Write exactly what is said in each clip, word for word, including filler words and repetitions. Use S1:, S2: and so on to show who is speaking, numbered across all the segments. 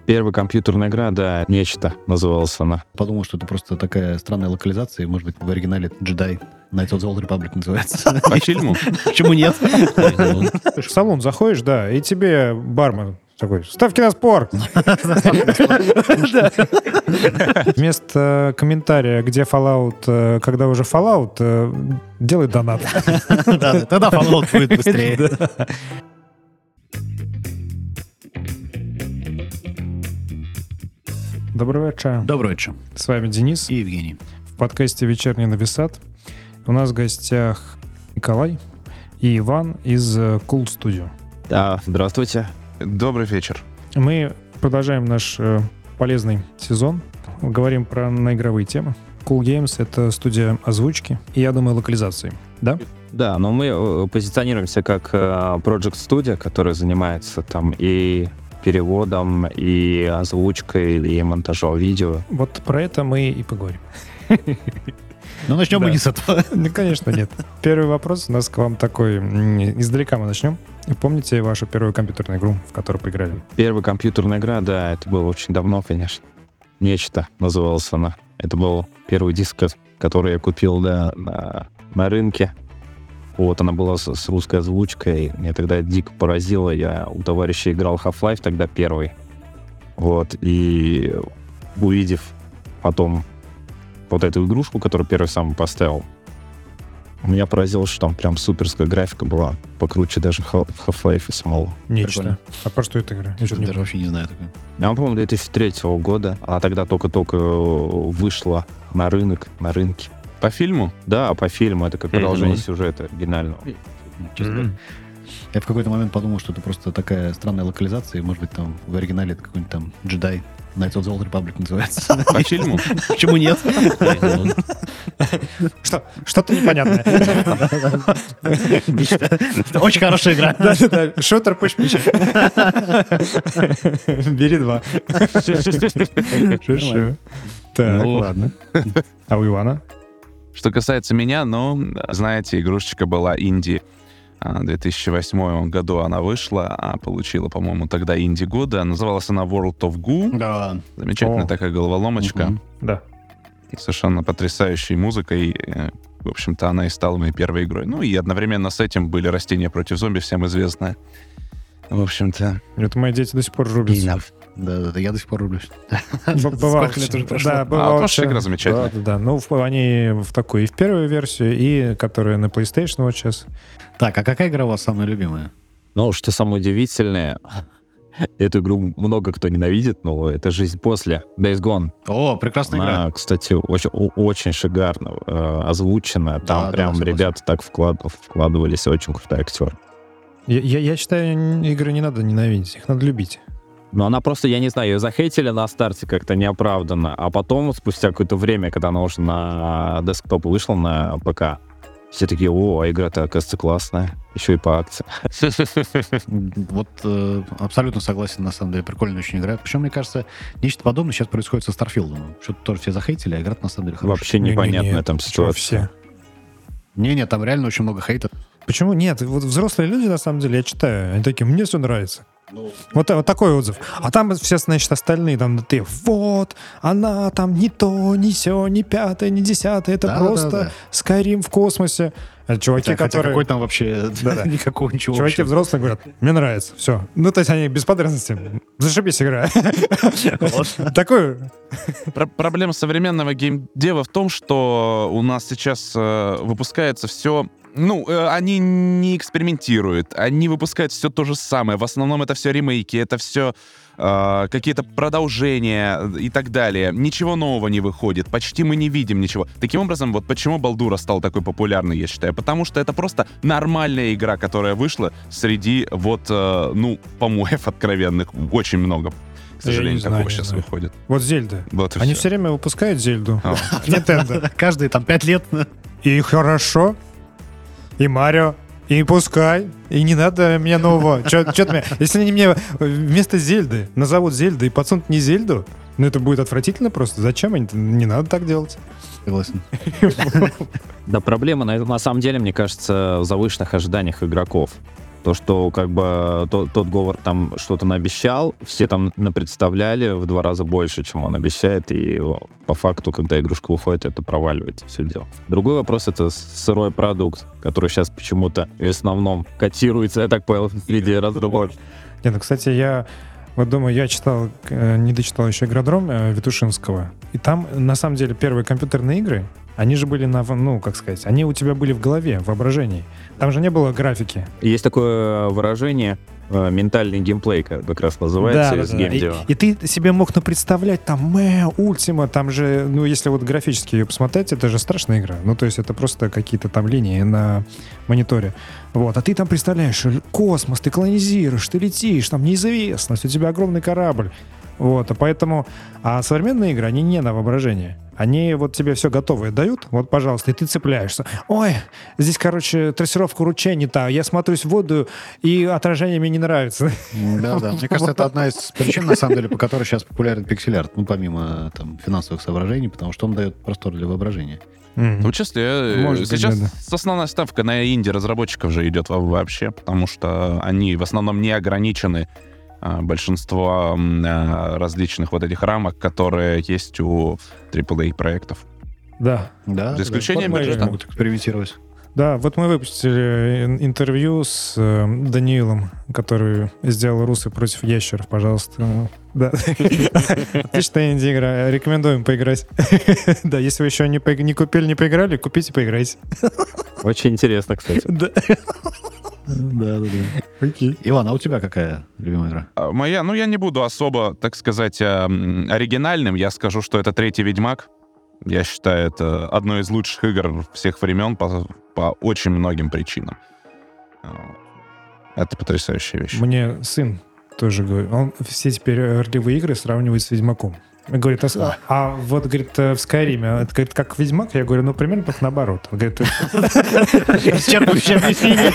S1: Первая компьютерная игра, да, «Нечто» называлась она.
S2: Подумал, что это просто такая странная локализация, и, может быть, в оригинале «Джедай». Knights of the Old Republic называется.
S1: По фильму?
S2: Почему нет?
S3: В салон заходишь, да, и тебе бармен такой: ставки на спор! Вместо комментария, где Fallout, когда уже Fallout, делай донат.
S2: Да, тогда Fallout будет быстрее.
S3: Добрый вечер.
S2: Добрый вечер.
S3: С вами Денис.
S2: И Евгений.
S3: В подкасте «Вечерний Нависат» у нас в гостях Николай и Иван из Cool Studio.
S1: Да, здравствуйте.
S4: Добрый вечер.
S3: Мы продолжаем наш э, полезный сезон. Говорим про наигровые темы. Cool Games — это студия озвучки и, я думаю, локализации. Да?
S1: Да, но мы э, позиционируемся как э, Project Studio, которая занимается там и переводом, и озвучкой, и монтажом видео.
S3: Вот про это мы и поговорим.
S2: Ну, начнем мы не с этого.
S3: Ну, конечно, нет. Первый вопрос у нас к вам такой. Издалека мы начнем. Помните вашу первую компьютерную игру, в которую поиграли?
S1: Первая компьютерная игра, да, это было очень давно, конечно. «Нечто» называлась она. Это был первый диск, который я купил, да, на, на рынке. Вот, она была с, с русской озвучкой. Меня тогда дико поразило. Я у товарища играл Half-Life тогда первый. Вот, и увидев потом вот эту игрушку, которую первый сам поставил, меня поразило, что там прям суперская графика была, покруче даже Half-Life самого.
S3: Нечто.
S2: Прикольно.
S3: А про что эта игра?
S2: Я даже вообще не знаю такое.
S1: Я, по-моему, две тысячи третьего года. Она тогда только-только вышла на рынок, на рынке.
S4: По фильму?
S1: Да, по фильму. Это как продолжение
S2: Мгм.
S1: сюжета оригинального.
S2: Честно говоря. Я в какой-то момент подумал, что это просто такая странная локализация, и, может быть, там в оригинале это какой-нибудь там «Джедай». Knights of the Old Republic называется.
S4: По фильму?
S2: Почему нет?
S3: Что? Что-то непонятное.
S2: Это очень хорошая игра.
S3: Да-да-да. Шутер пуш Бери два. Хорошо. Так,
S4: Ну.
S3: ладно. А у Ивана?
S4: Что касается меня, ну, знаете, игрушечка была инди. А, В две тысячи восьмом году она вышла, а получила, по-моему, тогда инди года. Называлась она World of Goo.
S2: Да.
S4: Замечательная
S3: О.
S4: такая головоломочка.
S2: Мгм.
S3: Да.
S4: Совершенно потрясающей музыкой. Э, В общем-то, она и стала моей первой игрой. Ну и одновременно с этим были «Растения против зомби», всем известное. В общем-то...
S3: Это мои дети до сих пор рубятся.
S2: Да, да, да, я до сих пор рублюсь.
S3: Б- бывало,
S2: Сколько лет уже прошло?
S3: Да,
S4: А,
S3: бывало.
S4: ваша игра замечательная.
S3: Да, да, да. Ну, в- они в такой и в первую версию, и которая на PlayStation вот сейчас.
S2: Так, а какая игра у вас самая любимая?
S1: Ну, что самое удивительное, эту игру много кто ненавидит, но это «Жизнь после». Days Gone.
S2: О, прекрасная игра.
S1: Она, кстати, очень, о- очень шикарно э, озвучена. Там
S2: Да, да,
S1: прям
S2: согласен.
S1: ребята так вклад- вкладывались, очень крутой актер.
S3: Я, я, я считаю, н- игры не надо ненавидеть, их надо любить.
S1: Но она просто, я не знаю, ее захейтили на старте как-то неоправданно, а потом, спустя какое-то время, когда она уже на десктоп вышла, на ПК, все такие: о, а игра-то, оказывается, классная, еще и по акции.
S2: Вот э, абсолютно согласен, на самом деле, прикольная очень игра. Причем, мне кажется, нечто подобное сейчас происходит со Старфилдом. Что-то тоже все захейтили, а игра на самом деле хорошая.
S1: Вообще
S3: Не-не-не,
S1: непонятная там
S3: чё,
S1: ситуация.
S3: все.
S2: Не-не, там реально очень много хейта.
S3: Почему нет? Вот взрослые люди, на самом деле, я читаю, они такие: мне все нравится. Вот, вот такой отзыв. А там все, значит, остальные, там, ты, вот, она там не то, не сё, не пятое, не десятое, это
S2: Да,
S3: просто
S2: да, да.
S3: Skyrim в космосе. Это чуваки,
S2: Хотя, хотя
S3: которые...
S2: какой там вообще
S3: Да-да.
S2: никакого ничего
S3: Чуваки
S2: вообще.
S3: взрослые говорят: мне нравится, все. Ну, то есть они без подробностей. Зашибись, игра. Такую...
S4: Про- проблема современного геймдева в том, что у нас сейчас э, выпускается все... Ну, э, они не экспериментируют, они выпускают все то же самое. В основном это все ремейки, это все э, какие-то продолжения и так далее. Ничего нового не выходит, почти мы не видим ничего. Таким образом, вот почему Балдура стал такой популярной, я считаю. Потому что это просто нормальная игра, которая вышла среди вот, э, ну, помоев откровенных. Очень много, к
S3: Я
S4: сожалению,
S3: не знаю,
S4: такого
S3: не
S4: сейчас
S3: знаю.
S4: выходит.
S3: Вот Зельда.
S4: Вот и
S3: Они
S4: всё.
S3: все время выпускают Зельду.
S4: А.
S3: Nintendo.
S2: Каждые там пять лет.
S3: И хорошо. И Марио. И пускай. И не надо мне нового. Чё, чё ты мне... Если они мне вместо Зельды назовут Зельду и подсунут не Зельду, ну это будет отвратительно просто. Зачем они? Не надо так делать.
S2: Согласен.
S1: Да, проблема, на, на самом деле, мне кажется, в завышенных ожиданиях игроков. То, что как бы тот, тот Говард там что-то наобещал, все там напредставляли в два раза больше, чем он обещает, и по факту, когда игрушка выходит, это проваливается все дело. Другой вопрос — это сырой продукт, который сейчас почему-то в основном котируется, я так понял, среди разработчиков.
S3: Нет, ну, кстати, я вот думаю, я читал, не дочитал еще «Игродром» Витушинского, и там, на самом деле, первые компьютерные игры, они же были на, ну, как сказать, они у тебя были в голове, в воображении. Там же не было графики.
S1: Есть такое выражение, ментальный геймплей, как раз называется,
S3: да,
S1: из
S3: да, да.
S1: геймдева.
S3: И, и ты себе мог напредставлять там Мэ, Ультима, там же, ну, если вот графически ее посмотреть, это же страшная игра. Ну, то есть это просто какие-то там линии на мониторе. Вот, а ты там представляешь космос, ты колонизируешь, ты летишь, там неизвестность, у тебя огромный корабль. Вот, а поэтому... А современные игры, они не на воображение. Они вот тебе все готовое дают, вот, пожалуйста, и ты цепляешься. Ой, здесь, короче, трассировка ручей не та. Я смотрюсь в воду, и отражение мне не нравится.
S2: Да-да. Мне кажется, это одна из причин, на самом деле, по которой сейчас популярен пиксель-арт. Ну, помимо там финансовых соображений, потому что он дает простор для воображения.
S4: В том числе,
S3: Может быть,
S4: сейчас
S3: да,
S4: основная ставка на инди-разработчиков же идет вообще, потому что они в основном не ограничены а, большинством а, различных вот этих рамок, которые есть у трипл эй проектов.
S3: Да.
S2: Да.
S4: За исключением
S3: Вот мы
S4: бюджета.
S2: Могут экспериментировать.
S3: Да, вот мы выпустили ин- интервью с э, Даниилом, который сделал «Русы против ящеров», пожалуйста. Да. Отличная инди-игра. Рекомендуем поиграть. Да, если вы еще не, по- не купили, не поиграли, купите, поиграйте.
S1: Очень интересно, кстати.
S3: Да.
S2: Да, да, да. Окей. Иван, а у тебя какая любимая игра?
S4: А, Моя, ну я не буду особо, так сказать, ам, оригинальным. Я скажу, что это третий «Ведьмак». Я считаю, это одно из лучших игр всех времен по, по очень многим причинам. Это потрясающая вещь.
S3: Мне сын тоже говорит. Он все теперь ролевые игры сравнивает с «Ведьмаком». Говорит, а, с- а вот, говорит, в Скайриме, это говорит, как «Ведьмак», я говорю, ну, примерно так наоборот. Он говорит,
S2: Исчерпывающее объяснение.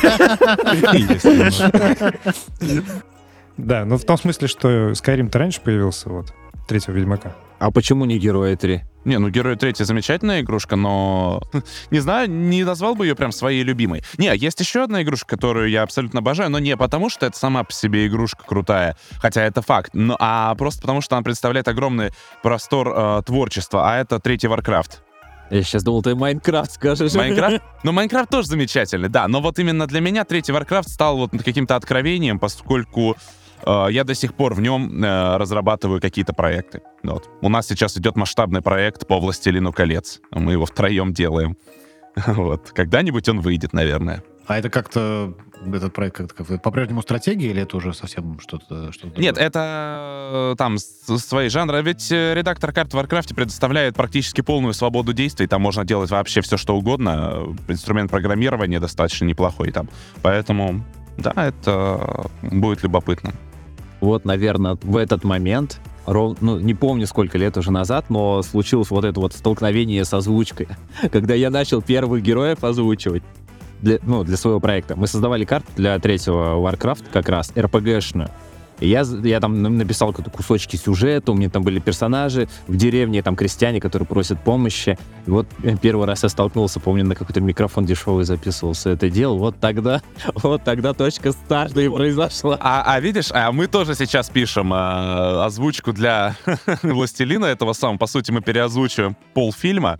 S3: да, ну в том смысле, что Skyrim-то раньше появился, вот, третьего «Ведьмака».
S1: А почему не Герои три?
S4: Не, ну Герой третий замечательная игрушка, но не знаю, не назвал бы ее прям своей любимой. Не, есть еще одна игрушка, которую я абсолютно обожаю, но не потому, что это сама по себе игрушка крутая, хотя это факт, но, а просто потому, что она представляет огромный простор э, творчества, а это третий Warcraft.
S1: Я сейчас думал, ты Майнкрафт скажешь.
S4: Майнкрафт? Ну, Майнкрафт тоже замечательный, да, но вот именно для меня третий Warcraft стал вот каким-то откровением, поскольку э, я до сих пор в нем э, разрабатываю какие-то проекты. Вот. У нас сейчас идет масштабный проект по «Властелину колец». Мы его втроем делаем. Вот. Когда-нибудь он выйдет, наверное.
S2: А это как-то, этот проект как-то, как-то по-прежнему стратегия или это уже совсем что-то, что-то
S4: Нет,
S2: другое?
S4: это э, там с- свои жанры. Ведь э, редактор карт в Warcraft предоставляет практически полную свободу действий. Там можно делать вообще все, что угодно. Инструмент программирования достаточно неплохой там. Поэтому, да, это будет любопытно.
S1: Вот, наверное, в этот момент, ров- ну, не помню, сколько лет уже назад, но случилось вот это вот столкновение с озвучкой. Когда я начал первых героев озвучивать для, ну, для своего проекта. Мы создавали карту для третьего Warcraft как раз, эр пи джи-шную. И я, я там написал какие-то кусочки сюжета, у меня там были персонажи в деревне, там крестьяне, которые просят помощи. И вот первый раз я столкнулся, помню, на какой-то микрофон дешевый записывался это дело. Вот тогда, вот тогда точка старта и произошла.
S4: А, а видишь, а мы тоже сейчас пишем э, озвучку для «Властелина» этого самого. По сути, мы переозвучиваем полфильма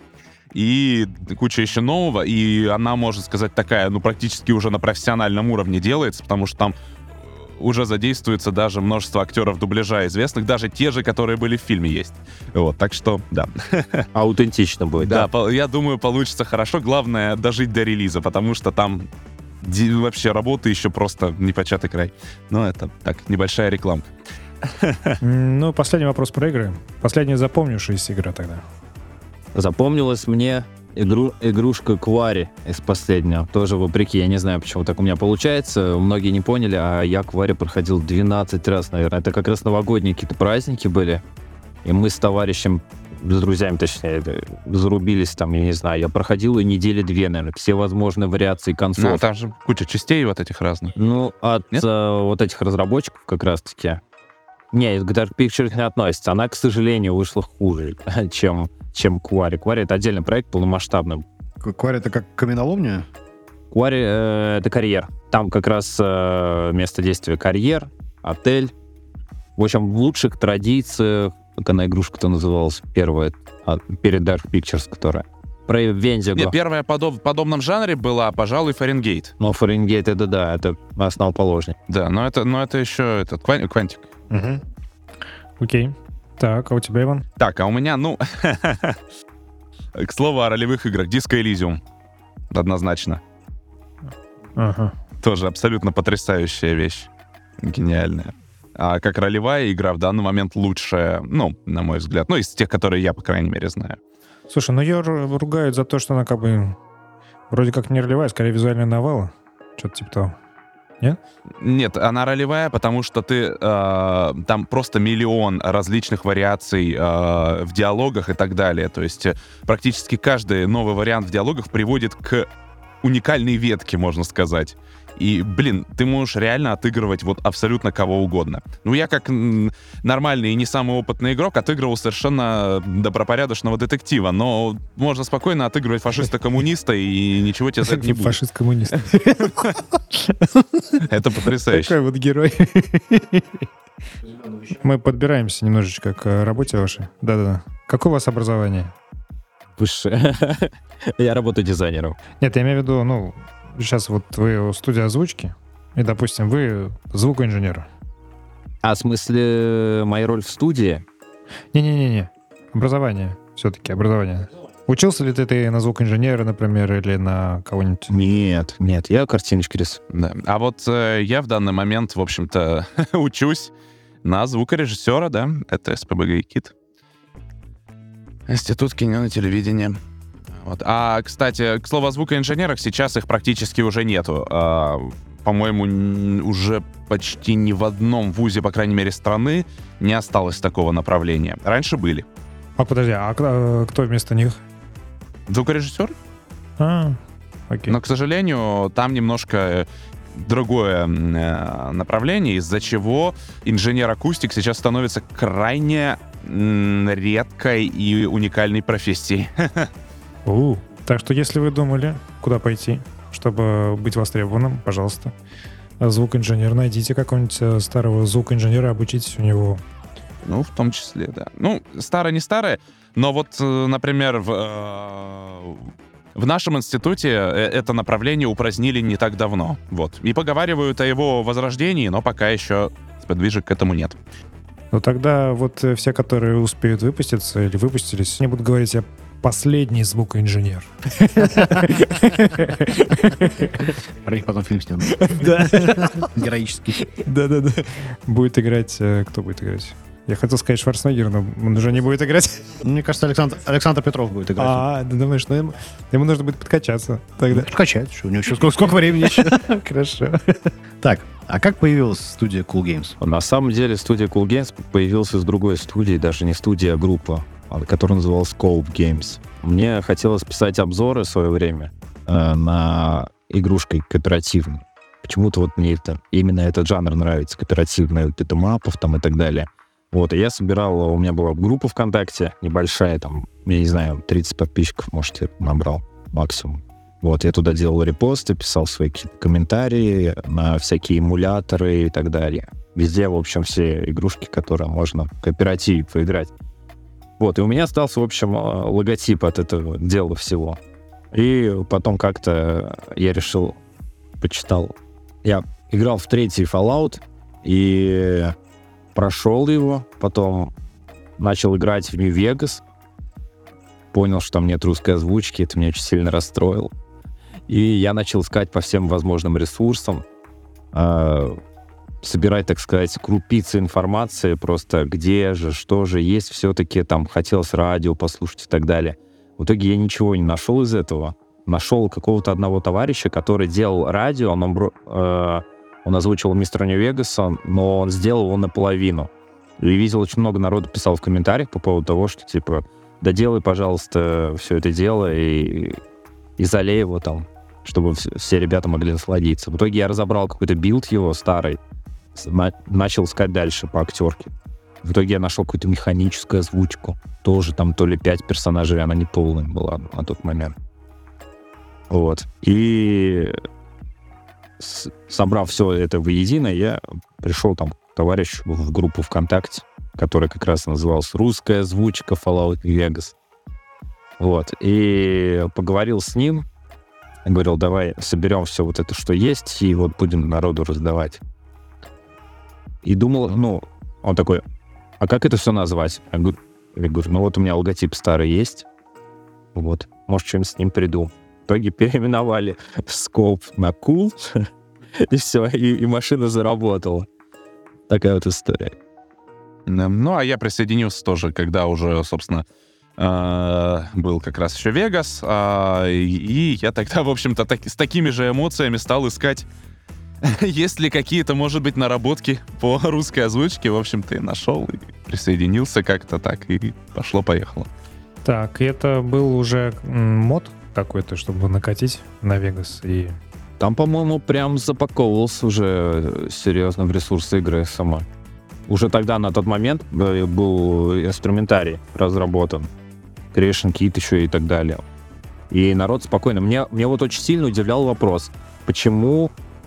S4: и куча еще нового. И она, можно сказать, такая, ну, практически уже на профессиональном уровне делается, потому что там уже задействуется даже множество актеров дубляжа известных, даже те же, которые были в фильме, есть. Вот, так что, да.
S1: Аутентично будет,
S4: Да,
S1: да.
S4: по- я думаю, получится хорошо. Главное, дожить до релиза, потому что там ди- вообще работы еще просто непочатый край. Но это так, небольшая рекламка.
S3: М, Ну, последний вопрос про игры. Последняя запомнившаяся игра тогда.
S1: Запомнилась мне игру, игрушка Квари из последнего. Тоже вопреки, я не знаю, почему так у меня получается. Многие не поняли, а я Квари проходил двенадцать раз, наверное. Это как раз новогодние какие-то праздники были. И мы с товарищем, с друзьями, точнее, это, зарубились там, я не знаю. Я проходил и недели две, наверное, все возможные вариации
S4: Ну,
S1: консоль.
S4: там же куча частей вот этих разных.
S1: Ну, от
S4: Нет?
S1: э, вот этих разработчиков как раз-таки. Не, к Dark Pictures не относится. Она, к сожалению, вышла хуже, чем, чем Квари. Квари — это отдельный проект, полномасштабный.
S2: Квари — это как каменоломня?
S1: Quarry э, — это карьер. Там как раз э, место действия карьер, отель. В общем, в лучших традициях, как она игрушка-то называлась, первая, а, перед Dark Pictures, которая. Про Вендиго.
S4: Не, первая подоб- в подобном жанре была, пожалуй, Фаренгейт.
S1: Но Фаренгейт — это да, это основоположник.
S4: Да, но это, но это еще этот Кван- Квантик.
S3: Мгм. Окей. Так, а у тебя, Иван?
S4: Так, а у меня, ну... К слову о ролевых играх. Disco Elysium. Однозначно.
S3: Ага.
S4: Тоже абсолютно потрясающая вещь. Гениальная. А как ролевая игра в данный момент лучшая, ну, на мой взгляд. Ну, из тех, которые я, по крайней мере, знаю.
S3: Слушай, ну ее ру- ругают за то, что она как бы вроде как не ролевая, скорее визуальная новелла. Что-то типа того.
S4: Нет, она ролевая, потому что ты... э, там просто миллион различных вариаций э, в диалогах и так далее. То есть э, практически каждый новый вариант в диалогах приводит к уникальной ветке, можно сказать. И, блин, ты можешь реально отыгрывать вот абсолютно кого угодно. Ну, я как м, нормальный и не самый опытный игрок отыгрывал совершенно добропорядочного детектива, но можно спокойно отыгрывать фашиста-коммуниста, и ничего тебе за это не будет.
S3: Фашист-коммунист.
S4: Это потрясающе.
S3: Такой вот герой. Мы подбираемся немножечко к работе вашей. Да-да-да. Какое у вас образование?
S1: Высшее. Я работаю дизайнером.
S3: Нет, я имею в виду, ну, сейчас вот вы студия озвучки, и, допустим, вы звукоинженер.
S1: А в смысле, моя роль в студии?
S3: Не-не-не-не. Образование. Все-таки образование. Учился ли ты, ты на звукоинженера, например, или на кого-нибудь?
S1: Нет, нет, я картиночки рисую.
S4: Да. А вот э, я в данный момент, в общем-то, учусь на звукорежиссера, да, это СПбГ КИТ. Институт кино и телевидения. Вот. А, кстати, к слову о звукоинженерах, сейчас их практически уже нету. А, по-моему, н- уже почти ни в одном вузе, по крайней мере, страны не осталось такого направления. Раньше были.
S3: А подожди, а кто, кто вместо них?
S4: Звукорежиссер?
S3: А, окей.
S4: Но, к сожалению, там немножко э, другое э, направление, из-за чего инженер-акустик сейчас становится крайне м, редкой и уникальной профессией.
S3: У, Так что, если вы думали, куда пойти, чтобы быть востребованным, пожалуйста, звукоинженер, найдите какого-нибудь э, старого звукоинженера, обучитесь у него.
S4: Ну, в том числе, да. Ну, старое не старое, но вот, э, например, в, э, в нашем институте э- это направление упразднили не так давно. Вот. И поговаривают о его возрождении, но пока еще сподвижек к этому нет.
S3: Но тогда вот э, все, которые успеют выпуститься или выпустились, они будут говорить: я последний звукоинженер.
S2: Про них потом фильм снимут.
S3: Да.
S2: Героический.
S3: Да-да-да. Будет играть... э, Кто будет играть? Я хотел сказать Шварценеггер, но он уже не будет играть.
S2: Мне кажется, Александр, Александр Петров будет играть.
S3: А, ты думаешь, ну ему, ему нужно будет подкачаться тогда.
S2: Качать, что у него еще сколько, сколько времени еще.
S3: Хорошо.
S2: Так, а как появилась студия Cool Games?
S1: На самом деле студия Cool Games появилась из другой студии, даже не студия, а группа, которая называлась Cope Games. Мне хотелось писать обзоры в свое время э, на игрушки кооперативные. Почему-то вот мне это, именно этот жанр нравится, кооперативные, вот это мапов там и так далее. Вот, и я собирал, у меня была группа ВКонтакте небольшая, там, я не знаю, тридцать подписчиков, может, я набрал максимум. Вот, я туда делал репосты, писал свои какие-то комментарии на всякие эмуляторы и так далее. Везде, в общем, все игрушки, которые можно в кооперативе поиграть. Вот, и у меня остался, в общем, логотип от этого дела всего. И потом как-то я решил, почитал. Я играл в третий Fallout и прошел его, потом начал играть в New Vegas, понял, что там нет русской озвучки, это меня очень сильно расстроило. И я начал искать по всем возможным ресурсам, э, собирать, так сказать, крупицы информации, просто где же, что же есть, все-таки там хотелось радио послушать и так далее. В итоге я ничего не нашел из этого. Нашел какого-то одного товарища, который делал радио, он, э, он озвучивал мистера Нью-Вегаса, но он сделал его наполовину. И видел, очень много народу писал в комментариях по поводу того, что, типа, да делай, пожалуйста, все это дело и, и залей его там, чтобы все, все ребята могли насладиться. В итоге я разобрал какой-то билд его старый, на, начал искать дальше по актерке. В итоге я нашел какую-то механическую озвучку. Тоже там то ли пять персонажей, она не полная была на тот момент. Вот. И с- собрав все это воедино, я пришел там к товарищу в группу ВКонтакте, которая как раз называлась «Русская озвучка Fallout New Vegas». Вот. И поговорил с ним. Я говорил, давай соберем все вот это, что есть, и вот будем народу раздавать. И думал, ну, он такой, а как это все назвать? Я говорю, я говорю, ну вот у меня логотип старый есть. Вот. Может, что-нибудь с ним приду. В итоге переименовали скоп на Cool, и все, и, и машина заработала. Такая вот история.
S4: М, Ну, а я присоединился тоже, когда уже, собственно, э, был как раз еще Вегас, а, и и я тогда, в общем-то, так- с такими же эмоциями стал искать, есть ли какие-то, может быть, наработки по русской озвучке. В общем-то, и нашел, и присоединился как-то так, и пошло-поехало.
S3: Так, и это был уже м, мод какой-то, чтобы накатить на Вегас. И
S1: Там, по-моему, прям запаковывался уже серьезно в ресурсы игры сама. Уже тогда, на тот момент, э, был инструментарий разработан. Creation Kit еще и так далее. И народ спокойно. Мне, мне вот очень сильно удивлял вопрос, почему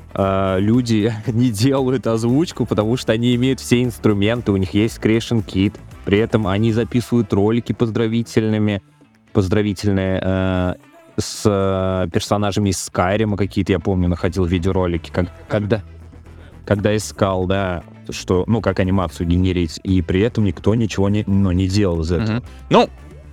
S1: э, люди не делают озвучку, потому что они имеют все инструменты, у них есть Creation Kit, при этом они записывают ролики поздравительными, поздравительные э, с э, персонажами из Skyrim какие-то, я помню, находил видеоролики, как, когда, когда искал, да, что, ну, как анимацию генерить, и при этом никто ничего не, ну, не делал из этого.
S4: Мгм. Ну,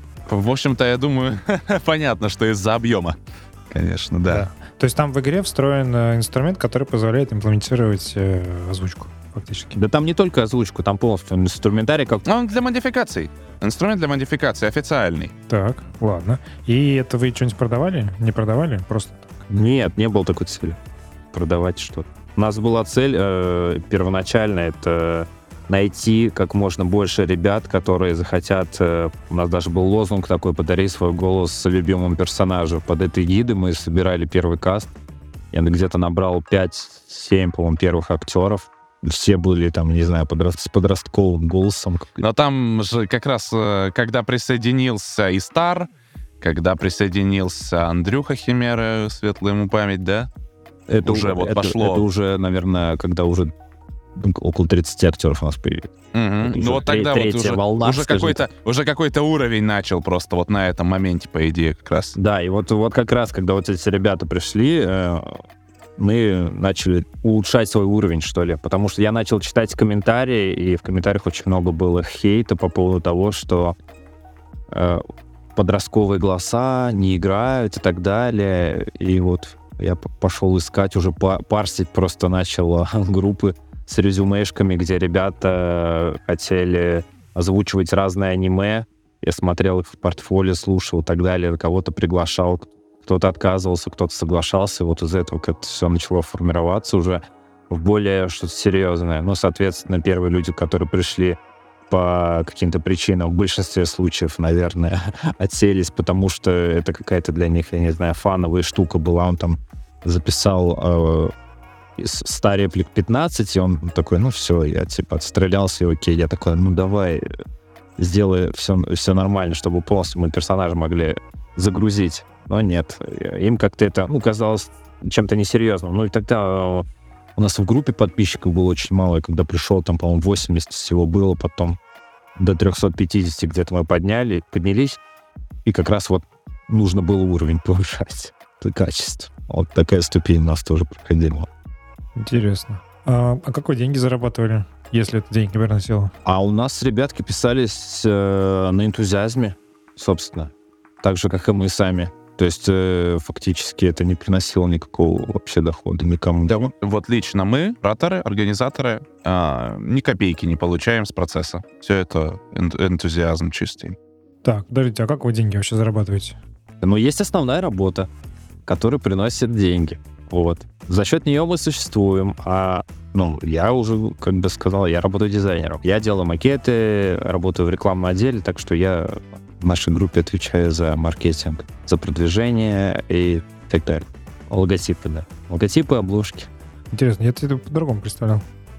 S4: в общем-то, я думаю, понятно, что из-за объема. Конечно, да.
S3: То есть там в игре встроен э, инструмент, который позволяет имплементировать э, озвучку, фактически.
S1: Да там не только озвучку, там полностью инструментарий, как
S4: Ну, он для модификаций. Инструмент для модификации официальный.
S3: Так, ладно. И это вы что-нибудь продавали? Не продавали? Просто так.
S1: Нет, не было такой цели продавать что-то. У нас была цель э, первоначальная, это найти как можно больше ребят, которые захотят... э, у нас даже был лозунг такой: «Подари свой голос любимому персонажу». Под этой гидой мы собирали первый каст. Я где-то набрал пять-семь, по-моему, первых актеров. Все были там, не знаю, подраст- с подростковым голосом.
S4: Но там же как раз, э, когда присоединился и Стар, когда присоединился Андрюха Химера, светлая ему память, да?
S1: Это
S4: Уже вот
S1: это-
S4: пошло.
S1: Это уже, наверное, когда уже около тридцати актеров у нас появилось.
S4: Мгм.
S1: Уже
S4: Ну вот
S1: тре-
S4: тогда вот
S1: третья
S4: уже,
S1: волна,
S4: уже
S1: скажем
S4: какой-то, уже какой-то уровень начал просто вот на этом моменте, по идее, как раз.
S1: Да, и вот, вот как раз, когда вот эти ребята пришли, э, мы начали улучшать свой уровень, что ли. Потому что я начал читать комментарии, и в комментариях очень много было хейта по поводу того, что э, подростковые голоса не играют и так далее. И вот я п- пошел искать, уже па- парсить просто начал группы с резюмешками, где ребята хотели озвучивать разные аниме. Я смотрел их в портфолио, слушал и так далее, кого-то приглашал, кто-то отказывался, кто-то соглашался. И вот из этого как-то все начало формироваться уже в более что-то серьезное. Ну, соответственно, первые люди, которые пришли по каким-то причинам, в большинстве случаев, наверное, отселись, потому что это какая-то для них, я не знаю, фановая штука была. Он там записал э, из ста реплик пятнадцать, и он такой, ну все, я типа отстрелялся, и окей. Я такой, ну давай, сделай все, все нормально, чтобы полностью мы персонажа могли загрузить. Но нет, им как-то это, ну, казалось чем-то несерьезным. Ну и тогда э, у нас в группе подписчиков было очень мало, и когда пришел, там, по-моему, восемьдесят всего было, потом до триста пятьдесят где-то мы подняли, поднялись, и как раз вот нужно было уровень повышать, это качество. Вот такая ступень у нас тоже проходила.
S3: Интересно. А, а какой деньги зарабатывали, если это деньги приносило?
S1: А у нас ребятки писались э, на энтузиазме, собственно, так же, как и мы сами. То есть э, фактически это не приносило никакого вообще дохода никому.
S4: Да, вот- вот лично мы, кураторы, организаторы, а, ни копейки не получаем с процесса. Все это эн- энтузиазм чистый.
S3: Так, подождите, а как вы деньги вообще зарабатываете?
S1: Но есть основная работа, которая приносит деньги. Вот. За счет нее мы существуем. А, ну, я уже, как бы сказал, я работаю дизайнером. Я делаю макеты, работаю в рекламном отделе, так что я в нашей группе отвечаю за маркетинг, за продвижение и так далее. Логотипы, да. Логотипы, обложки.
S3: Интересно, я это по-другому представлял.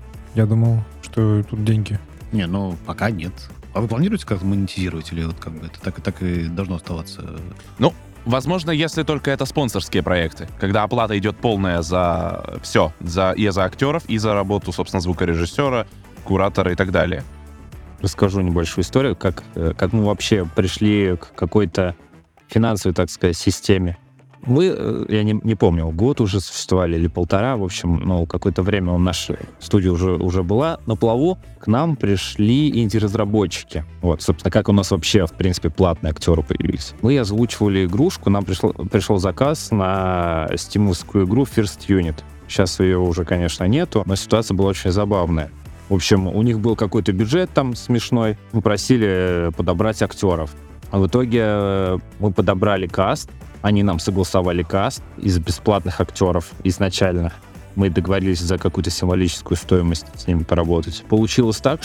S3: Я думал, что тут деньги.
S2: Не, ну, пока нет. А вы планируете как-то монетизировать, или вот как бы это так, и так и должно оставаться?
S4: Возможно, если только это спонсорские проекты, когда оплата идет полная за все, за, и за актеров, и за работу, собственно, звукорежиссера, куратора и так далее.
S1: Расскажу небольшую историю, как, э, как мы вообще пришли к какой-то финансовой, так сказать, системе. Мы, э, я не, не помню, год уже существовали или полтора, в общем, ну, какое-то время у наша студия уже, уже была на плаву. К нам пришли инди-разработчики. Вот, собственно, как у нас вообще, в принципе, платные актеры появились. Мы озвучивали игрушку, нам пришел, пришел заказ на стимовскую игру First Unit. Сейчас ее уже, конечно, нету, но ситуация была очень забавная. В общем, у них был какой-то бюджет там смешной, мы просили подобрать актеров. А в итоге мы подобрали каст, они нам согласовали каст из бесплатных актеров изначально. Мы договорились за какую-то символическую стоимость с ними поработать. Получилось так,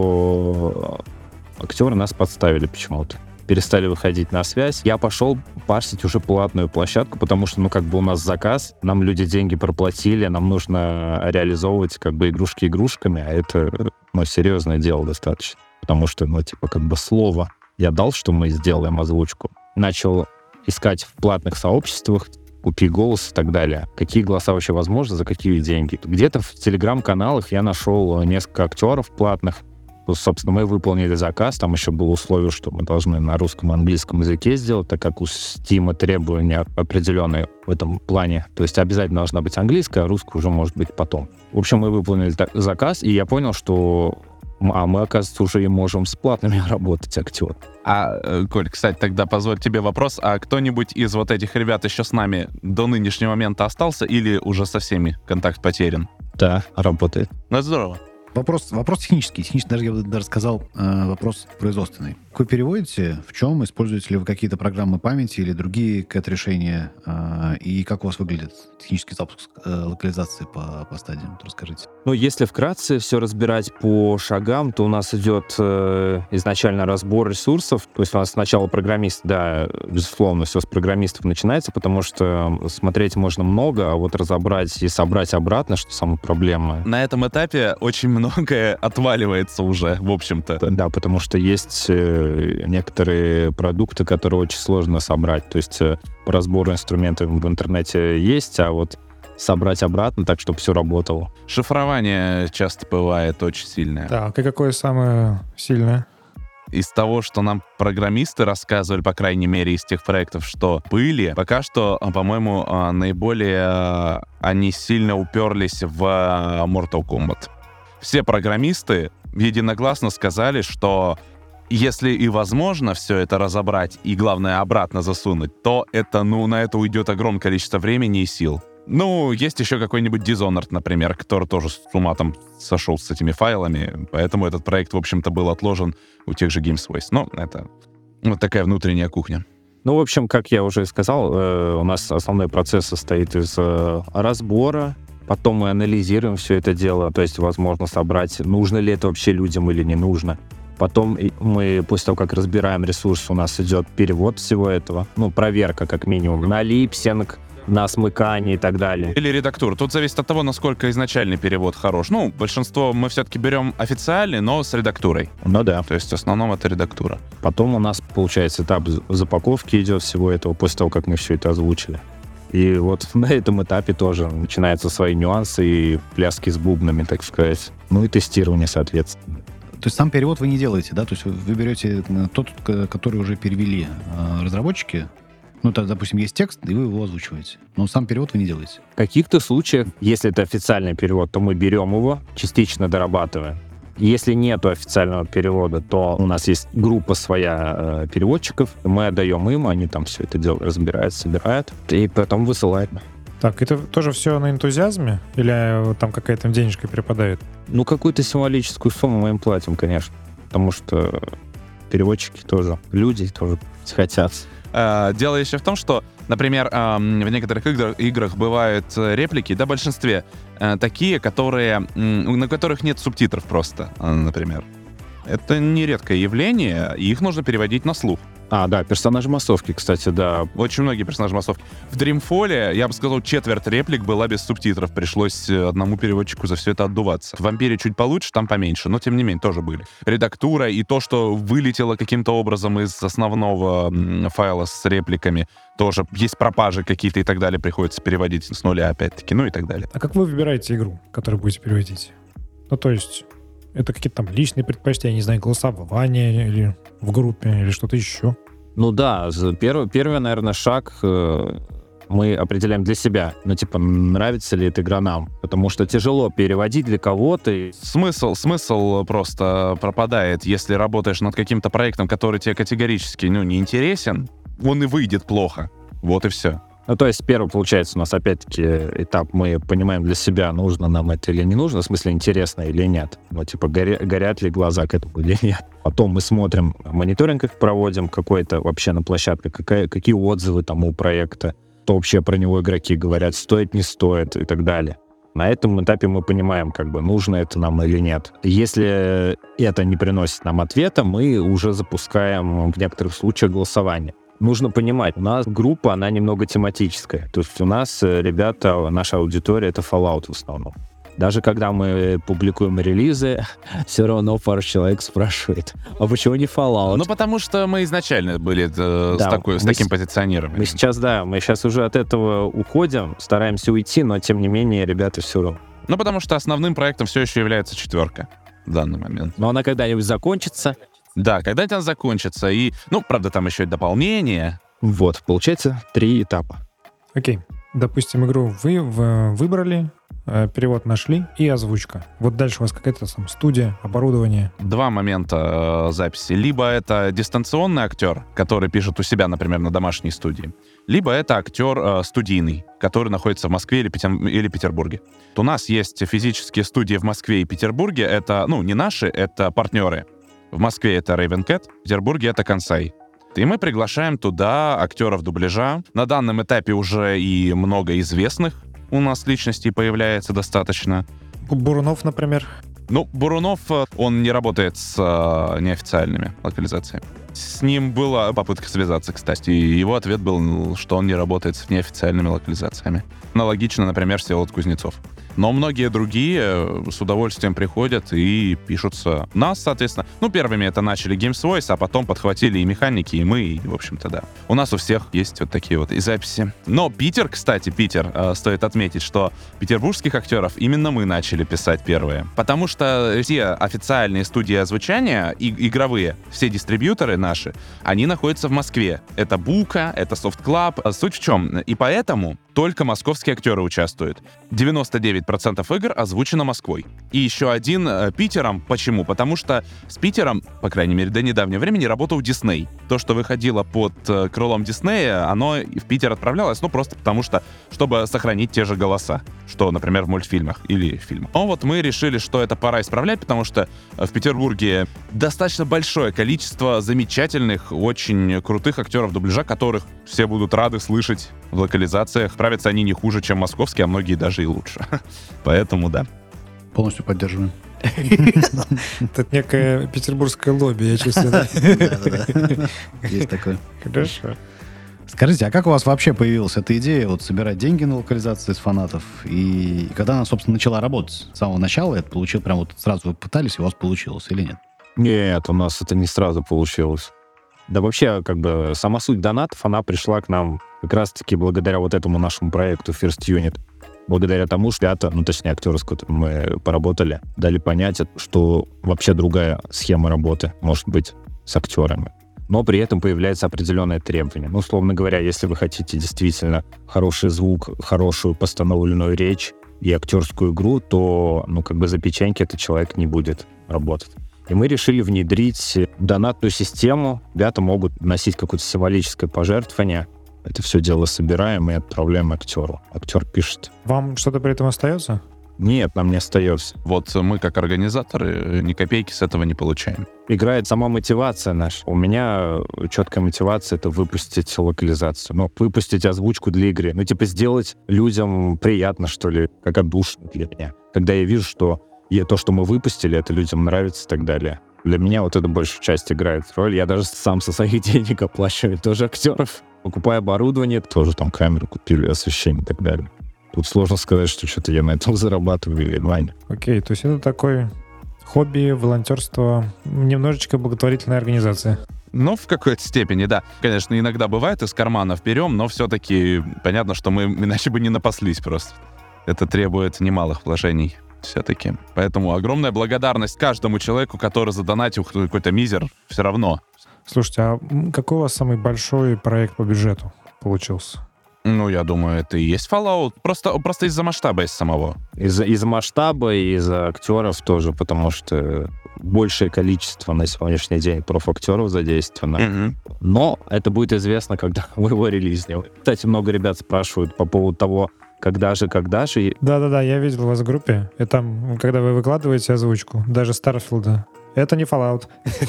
S1: что актеры нас подставили почему-то. Перестали выходить на связь. Я пошел парсить уже платную площадку, потому что, ну, как бы у нас заказ, нам люди деньги проплатили, нам нужно реализовывать как бы игрушки игрушками, а это, ну, серьезное дело достаточно. Потому что, ну, типа, как бы слово я дал, что мы сделаем озвучку. Начал искать в платных сообществах, купи голос и так далее. Какие голоса вообще возможны, за какие деньги. Где-то в телеграм-каналах я нашел несколько актеров платных. Собственно, мы выполнили заказ. Там еще было условие, что мы должны на русском и английском языке сделать, так как у Steam требования определенные в этом плане. То есть обязательно должна быть английская, а русская уже может быть потом. В общем, мы выполнили заказ, и я понял, что а мы, оказывается, уже и можем с платными работать, актер.
S4: А, Коль, кстати, тогда позволь тебе вопрос. А кто-нибудь из вот этих ребят еще с нами до нынешнего момента остался или уже со всеми контакт потерян?
S1: Да, работает.
S4: Ну, это здорово.
S2: Вопрос, вопрос технический. Технический, даже я бы даже сказал, э, вопрос производственный. Как вы переводите, в чем, используете ли вы какие-то программы памяти или другие кэт-решения, э, и как у вас выглядит технический запуск э, локализации по, по стадиям? Вот расскажите.
S1: Ну, если вкратце все разбирать по шагам, то у нас идет э, изначально разбор ресурсов. То есть у нас сначала программист, да, безусловно, все с программистов начинается, потому что смотреть можно много, а вот разобрать и собрать обратно, что самая проблема.
S4: На этом этапе очень многое отваливается уже, в общем-то.
S1: Да, потому что есть э, некоторые продукты, которые очень сложно собрать. То есть э, по разбору инструментов в интернете есть, а вот собрать обратно так, чтобы все работало.
S4: Шифрование часто бывает очень сильное.
S3: Так, и какое самое сильное?
S4: Из того, что нам программисты рассказывали, по крайней мере, из тех проектов, что были, пока что, по-моему, наиболее они сильно уперлись в Mortal Kombat. Все программисты единогласно сказали, что если и возможно все это разобрать и, главное, обратно засунуть, то это, ну, на это уйдет огромное количество времени и сил. Ну, есть еще какой-нибудь Dishonored, например, который тоже с ума там сошел с этими файлами, поэтому этот проект, в общем-то, был отложен у тех же GamesWays. Но это вот такая внутренняя кухня.
S1: Ну, в общем, как я уже сказал, э, у нас основной процесс состоит из э, разбора, потом мы анализируем все это дело, то есть, возможно, собрать, нужно ли это вообще людям или не нужно. Потом мы, после того, как разбираем ресурс, у нас идет перевод всего этого, ну, проверка, как минимум, на липсинг, на смыкание и так далее.
S4: Или редактура. Тут зависит от того, насколько изначальный перевод хорош. Ну, большинство мы все-таки берем официальный, но с редактурой.
S1: Ну да.
S4: То есть в основном это редактура.
S1: Потом у нас, получается, этап запаковки идет всего этого, после того, как мы все это озвучили. И вот на этом этапе тоже начинаются свои нюансы и пляски с бубнами, так сказать. Ну и тестирование, соответственно.
S2: То есть сам перевод вы не делаете, да? То есть вы берете тот, который уже перевели разработчики. Ну, то, допустим, есть текст, и вы его озвучиваете. Но сам перевод вы не делаете.
S1: В каких-то случаях, если это официальный перевод, то мы берем его, частично дорабатываем. Если нет официального перевода, то у нас есть группа своя э, переводчиков, мы отдаем им, они там все это дело разбирают, собирают, и потом высылают.
S3: Так, это тоже все на энтузиазме? Или там какая-то денежка перепадает?
S1: Ну, какую-то символическую сумму мы им платим, конечно. Потому что переводчики тоже люди, тоже хотят.
S4: Дело еще в том, что, например, в некоторых играх, играх бывают реплики, да, в большинстве, такие, которые, на которых нет субтитров просто, например. Это нередкое явление, и их нужно переводить на слух.
S1: А, да, персонажи массовки, кстати, да.
S4: Очень многие персонажи массовки. В Dreamfall, я бы сказал, четверть реплик была без субтитров. Пришлось одному переводчику за все это отдуваться. В Вампире чуть получше, там поменьше, но тем не менее тоже были. Редактура и то, что вылетело каким-то образом из основного м, файла с репликами, тоже есть пропажи какие-то и так далее, приходится переводить с нуля опять-таки, ну и так далее.
S3: А как вы выбираете игру, которую будете переводить? Ну, то есть, это какие-то там личные предпочтения, не знаю, голосование или в группе, или что-то еще?
S1: Ну да, за- первый, первый, наверное, шаг э, мы определяем для себя. Ну, типа, нравится ли эта игра нам. Потому что тяжело переводить для кого-то. и-
S4: Смысл, смысл просто пропадает, если работаешь над каким-то проектом, который тебе категорически, ну, не интересен, он и выйдет плохо. Вот и все.
S1: Ну, то есть, первый, получается, у нас, опять-таки, этап, мы понимаем для себя, нужно нам это или не нужно, в смысле, интересно или нет. Ну, типа, горя- горят ли глаза к этому или нет. Потом мы смотрим, мониторинг их проводим какой-то вообще на площадке, какая, какие отзывы там у проекта, что вообще про него игроки говорят, стоит, не стоит и так далее. На этом этапе мы понимаем, как бы, нужно это нам или нет. Если это не приносит нам ответа, мы уже запускаем в некоторых случаях голосование. Нужно понимать, у нас группа, она немного тематическая. То есть у нас э, ребята, наша аудитория — это Fallout в основном. Даже когда мы публикуем релизы, все равно пару человек спрашивает, а почему не Fallout?
S4: Ну, потому что мы изначально были э,
S1: Да,
S4: с, такой, с
S1: мы
S4: таким
S1: с-
S4: позиционированием.
S1: Мы сейчас, да, мы сейчас уже от этого уходим, стараемся уйти, но тем не менее, ребята все равно.
S4: Ну, потому что основным проектом все еще является четверка в данный момент.
S1: Но она когда-нибудь закончится.
S4: Да, когда это закончится. И, ну, правда, там еще и дополнение.
S1: Вот, получается, три этапа.
S3: Окей. Допустим, игру вы в- выбрали, э, перевод нашли и озвучка. Вот дальше у вас какая-то там студия, оборудование.
S4: Два момента э, записи. Либо это дистанционный актер, который пишет у себя, например, на домашней студии, либо это актер э, студийный, который находится в Москве или, Петер- или Петербурге. Вот у нас есть физические студии в Москве и Петербурге. Это, ну, не наши, это партнеры. В Москве это Raven Cat, в Петербурге это Kansai. И мы приглашаем туда актеров дубляжа. На данном этапе уже и много известных у нас личностей появляется достаточно.
S3: Бу- Бурунов, например.
S4: Ну, Бурунов, э, он не работает с э, неофициальными локализациями. С ним была попытка связаться, кстати, и его ответ был, что он не работает с неофициальными локализациями. Аналогично, например, Всеволод Кузнецов. Но многие другие э, с удовольствием приходят и пишутся. Нас, соответственно, ну, первыми это начали Games Voice, а потом подхватили и механики, и мы, и, в общем-то, да. У нас у всех есть вот такие вот и записи. Но Питер, кстати, Питер, э, стоит отметить, что петербургских актеров именно мы начали писать первые. Потому что все официальные студии озвучания, и, игровые, все дистрибьюторы наши, они находятся в Москве. Это Бука, это Soft Club. Суть в чем? И поэтому только московские актеры участвуют. девяносто девять процентов игр озвучено Москвой. И еще один э, Питером. Почему? Потому что с Питером, по крайней мере, до недавнего времени работал Дисней. То, что выходило под э, крылом Диснея, оно и в Питер отправлялось, ну, просто потому что, чтобы сохранить те же голоса, что, например, в мультфильмах или фильмах. Но вот мы решили, что это пора исправлять, потому что в Петербурге достаточно большое количество замечательных, очень крутых актеров дубляжа, которых все будут рады слышать в локализациях. Справятся они не хуже, чем московские, а многие даже и лучше. Поэтому да.
S2: Полностью поддерживаем.
S3: Это некое петербургское лобби, я чувствую. да?
S2: Да-да-да. Есть такое.
S3: Хорошо.
S2: Скажите, а как у вас вообще появилась эта идея вот собирать деньги на локализации с фанатов? И когда она, собственно, начала работать? С самого начала это получилось, прям вот сразу вы пытались, и у вас получилось или нет?
S1: Нет, у нас это не сразу получилось. Да вообще, как бы, сама суть донатов, она пришла к нам как раз-таки благодаря вот этому нашему проекту First Unit. Благодаря тому, что ребята, ну, точнее, актеры, с которыми мы поработали, дали понять, что вообще другая схема работы может быть с актерами. Но при этом появляется определенное требование. Ну, условно говоря, если вы хотите действительно хороший звук, хорошую постановленную речь и актерскую игру, то, ну, как бы за печеньки этот человек не будет работать. И мы решили внедрить донатную систему. Ребята могут вносить какое-то символическое пожертвование. Это все дело собираем и отправляем актеру. Актер пишет.
S3: Вам что-то при этом остается?
S1: Нет, нам не остается.
S4: Вот мы, как организаторы, ни копейки с этого не получаем.
S1: Играет сама мотивация наша. У меня четкая мотивация — это выпустить локализацию. Ну, выпустить озвучку для игры. Ну, типа, сделать людям приятно, что ли, как отдушно для меня. Когда я вижу, что и то, что мы выпустили, это людям нравится и так далее. Для меня вот это большую часть играет роль. Я даже сам со своих денег оплачиваю тоже актеров. Покупаю оборудование, тоже там камеру купили, освещение и так далее. Тут сложно сказать, что что-то я на этом зарабатываю онлайн.
S3: Окей, то есть это такое хобби, волонтерство, немножечко благотворительная организация.
S4: Ну, в какой-то степени, да. Конечно, иногда бывает, из карманов берем, но все-таки понятно, что мы иначе бы не напаслись просто. Это требует немалых вложений все-таки. Поэтому огромная благодарность каждому человеку, который задонатил какой-то мизер, все равно.
S3: Слушайте, а какой у вас самый большой проект по бюджету получился?
S4: Ну, я думаю, это и есть Fallout. Просто, просто из-за масштаба из самого.
S1: Из-за из масштаба и из-за актеров тоже, потому что большее количество на сегодняшний день профактеров задействовано.
S4: Mm-hmm.
S1: Но это будет известно, когда вы его релизнем. Кстати, много ребят спрашивают по поводу того, когда же, когда же.
S3: Да-да-да, я видел вас в группе. И там, когда вы выкладываете озвучку, даже Старфилда, это не Fallout.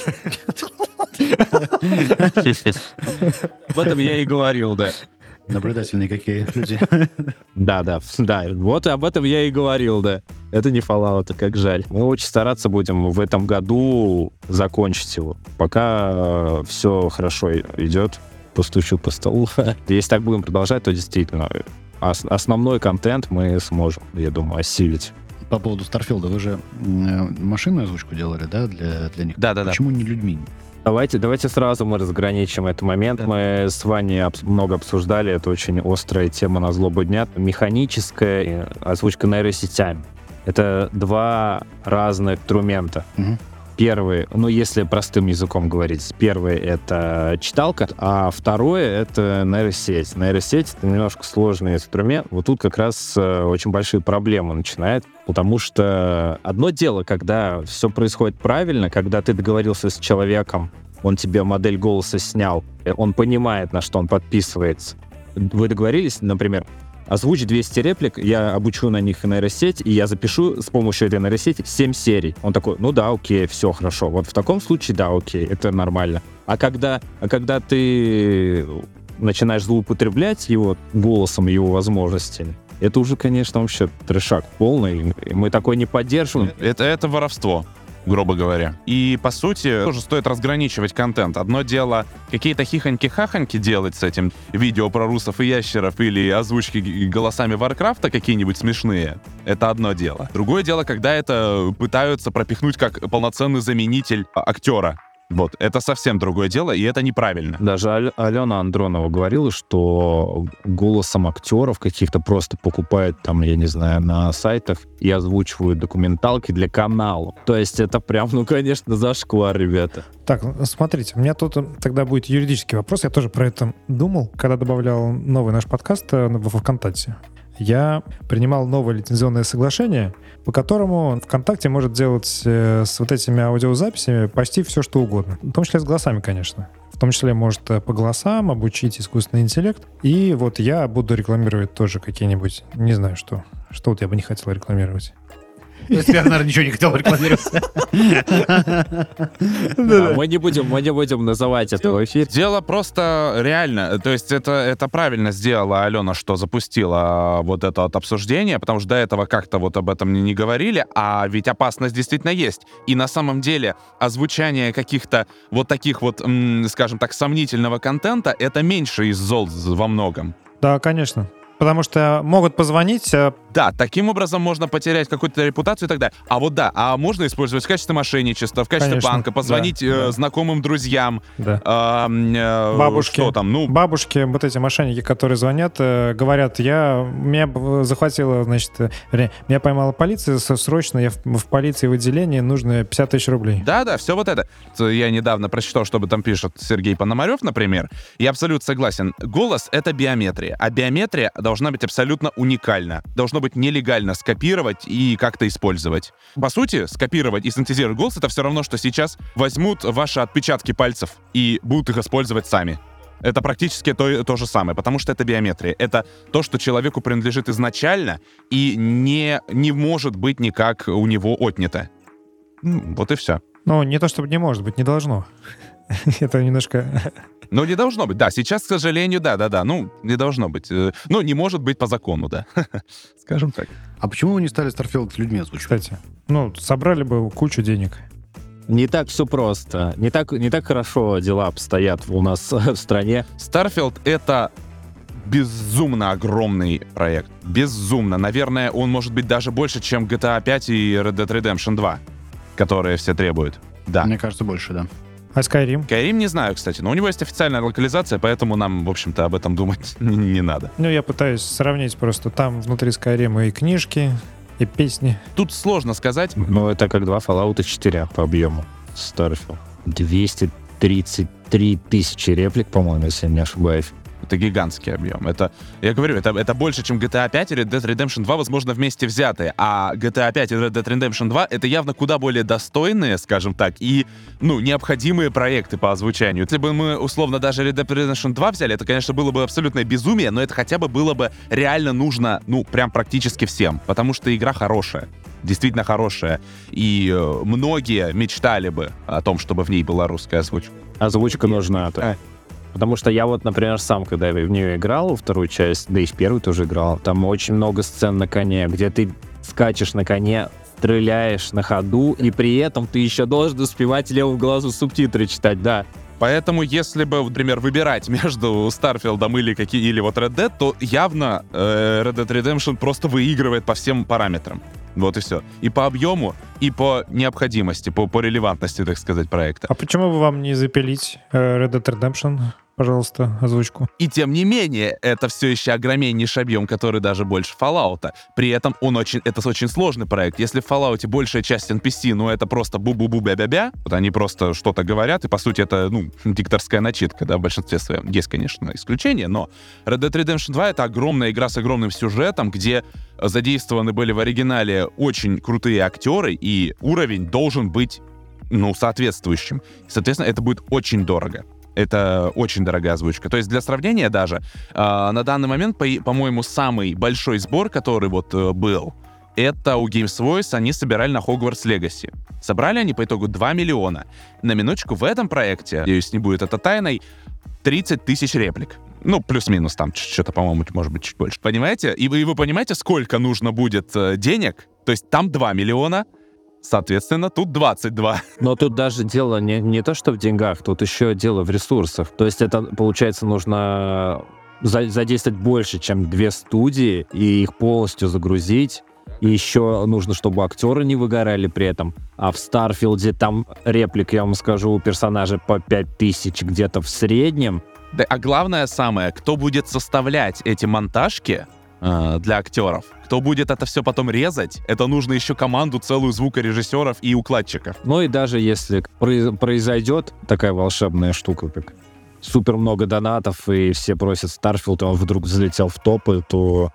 S1: Об этом я и говорил, да.
S2: Наблюдательные какие люди.
S1: Да, да, да. Вот об этом я и говорил, да. Это не Fallout, как жаль. Мы очень стараться будем в этом году закончить его. Пока все хорошо идет, постучу по столу. Если так будем продолжать, то действительно основной контент мы сможем, я думаю, осилить.
S2: По поводу Старфилда, вы же машинную озвучку делали, да, для, для них?
S4: Да-да-да.
S2: Почему не людьми?
S1: Давайте, давайте сразу мы разграничим этот момент. Да. Мы с Ваней об, много обсуждали, это очень острая тема на злобу дня. Механическая и озвучка нейросетями. Это два разных инструмента.
S2: Угу.
S1: Первый, ну если простым языком говорить, первый — это читалка, а второе — это нейросеть. Нейросеть — это немножко сложный инструмент. Вот тут как раз э, очень большие проблемы начинают, потому что одно дело, когда все происходит правильно, когда ты договорился с человеком, он тебе модель голоса снял, он понимает, на что он подписывается. Вы договорились, например, озвучь двести реплик, я обучу на них нейросеть, и я запишу с помощью этой нейросети семь серий. Он такой, ну да, окей, все хорошо. Вот в таком случае, да, окей, это нормально. А когда, а когда ты начинаешь злоупотреблять его голосом, его возможностями, это уже, конечно, вообще трешак полный. Мы такой не поддерживаем.
S4: Это, это воровство, грубо говоря. И, по сути, тоже стоит разграничивать контент. Одно дело какие-то хихоньки-хахоньки делать с этим видео про русов и ящеров или озвучки голосами Варкрафта какие-нибудь смешные. Это одно дело. Другое дело, когда это пытаются пропихнуть как полноценный заменитель актера. Вот, это совсем другое дело, и это неправильно.
S1: Даже Ал- Алена Андронова говорила, что голосом актеров каких-то просто покупают там, я не знаю, на сайтах и озвучивают документалки для канала. То есть это прям, ну, конечно, зашквар, ребята.
S3: Так, смотрите, у меня тут тогда будет юридический вопрос. Я тоже про это думал, когда добавлял новый наш подкаст во ВКонтакте. Я принимал новое лицензионное соглашение, по которому ВКонтакте может делать э, с вот этими аудиозаписями почти все, что угодно. В том числе с голосами, конечно. В том числе может по голосам обучить искусственный интеллект. И вот я буду рекламировать тоже какие-нибудь, не знаю что. Что вот я бы не хотел рекламировать.
S2: То есть я, наверное, ничего не хотел рекламировать.
S1: Мы не будем, мы не будем называть это в эфире.
S4: Дело просто реально, то есть это, это правильно сделала Алена, что запустила вот это вот обсуждение, потому что до этого как-то вот об этом не говорили, а ведь опасность действительно есть. И на самом деле озвучание каких-то вот таких вот, м, скажем так, сомнительного контента — это меньше из зол во многом.
S3: Да, конечно. Потому что могут позвонить...
S4: Да, таким образом можно потерять какую-то репутацию и так далее. А вот да, а можно использовать в качестве мошенничества, в качестве
S3: Конечно,
S4: банка, позвонить
S3: да,
S4: э,
S3: да.
S4: знакомым друзьям.
S3: Да.
S4: Э, э,
S3: Бабушки.
S4: Что там? Ну,
S3: Бабушки, вот эти мошенники, которые звонят, э, говорят, я, меня захватила, значит, э, меня поймала полиция, срочно я в, в полиции в отделении, нужно пятьдесят тысяч рублей.
S4: да-да, все вот это. Я недавно прочитал, что об этом пишет Сергей Пономарев, например. Я абсолютно согласен. Голос — это биометрия, а биометрия должна быть абсолютно уникальна. Должно быть нелегально скопировать и как-то использовать. По сути, скопировать и синтезировать голос — это все равно, что сейчас возьмут ваши отпечатки пальцев и будут их использовать сами. Это практически то, то же самое, потому что это биометрия. Это то, что человеку принадлежит изначально и не, не может быть никак у него отнято. Ну, вот и все.
S3: Ну, не то чтобы не может быть, не должно. Это немножко...
S4: Ну, не должно быть. Да, сейчас, к сожалению, да-да-да. Ну, не должно быть. Ну, не может быть по закону, да. Скажем так.
S2: А почему вы не стали Starfield с людьми озвучивать?
S3: Кстати, ну, собрали бы кучу денег.
S1: Не так все просто. Не так, не так хорошо дела обстоят у нас в стране.
S4: Starfield — это безумно огромный проект. Безумно. Наверное, он может быть даже больше, чем джи ти эй пять и Red Dead Redemption два, которые все требуют. Да.
S2: Мне кажется, больше, да.
S3: А Skyrim?
S4: Skyrim не знаю, кстати, но у него есть официальная локализация, поэтому нам, в общем-то, об этом думать не, не надо.
S3: Ну, я пытаюсь сравнить просто. Там внутри Skyrim и книжки, и песни.
S4: Тут сложно сказать.
S1: Ну, это как два Fallout четыре по объему. Starfield. двести тридцать три тысячи реплик, по-моему, если я не ошибаюсь.
S4: Это гигантский объем. Это, я говорю, это, это больше, чем джи ти эй пять и Red Dead Redemption два, возможно, вместе взятые. А джи ти эй пять и Red Dead Redemption два — это явно куда более достойные, скажем так, и, ну, необходимые проекты по озвучанию. Если бы мы, условно, даже Red Dead Redemption два взяли, это, конечно, было бы абсолютное безумие, но это хотя бы было бы реально нужно, ну, прям практически всем. Потому что игра хорошая. Действительно хорошая. И э, многие мечтали бы о том, чтобы в ней была русская озвучка.
S1: Озвучка нужна.
S4: А.
S1: Потому что я вот, например, сам, когда в нее играл, вторую часть, да и в первую тоже играл, там очень много сцен на коне, где ты скачешь на коне, стреляешь на ходу, и при этом ты еще должен успевать левым глазу субтитры читать, да.
S4: Поэтому, если бы, например, выбирать между Старфилдом или, какие, или вот Red Dead, то явно э, Red Dead Redemption просто выигрывает по всем параметрам. Вот и все. И по объему, и по необходимости, по, по релевантности, так сказать, проекта.
S3: А почему бы вам не запилить э, Red Dead Redemption, пожалуйста, озвучку?
S4: И тем не менее, это все еще огромнейший объем, который даже больше Fallout. При этом он очень, это очень сложный проект. Если в Fallout большая часть эн пи си, ну это просто бу-бу-бу бя-бя-бя, вот они просто что-то говорят, и по сути это, ну, дикторская начитка, да, в большинстве своем. Есть, конечно, исключения, но Red Dead Redemption два — это огромная игра с огромным сюжетом, где задействованы были в оригинале очень крутые актеры, и уровень должен быть, ну, соответствующим. Соответственно, это будет очень дорого. Это очень дорогая озвучка. То есть для сравнения даже, э, на данный момент, по- по-моему, самый большой сбор, который вот э, был, это у Games Voice они собирали на Hogwarts Legacy. Собрали они по итогу два миллиона. На минуточку, в этом проекте, надеюсь, не будет это тайной, тридцать тысяч реплик. Ну, плюс-минус там что-то, по-моему, может быть, чуть больше. Понимаете? И вы, и вы понимаете, сколько нужно будет э, денег? То есть там два миллиона, соответственно, тут двадцать два.
S1: Но тут даже дело не, не то, что в деньгах, тут еще дело в ресурсах. То есть это, получается, нужно за- задействовать больше, чем две студии, и их полностью загрузить. И еще нужно, чтобы актеры не выгорали при этом. А в Старфилде там реплик, я вам скажу, у персонажа по пять тысяч где-то в среднем.
S4: Да, а главное самое, кто будет составлять эти монтажки э, для актеров, кто будет это все потом резать, это нужно еще команду целую звукорежиссеров и укладчиков.
S1: Ну и даже если произ- произойдет такая волшебная штука, как супер много донатов, и все просят Старфилд, и он вдруг залетел в топы, то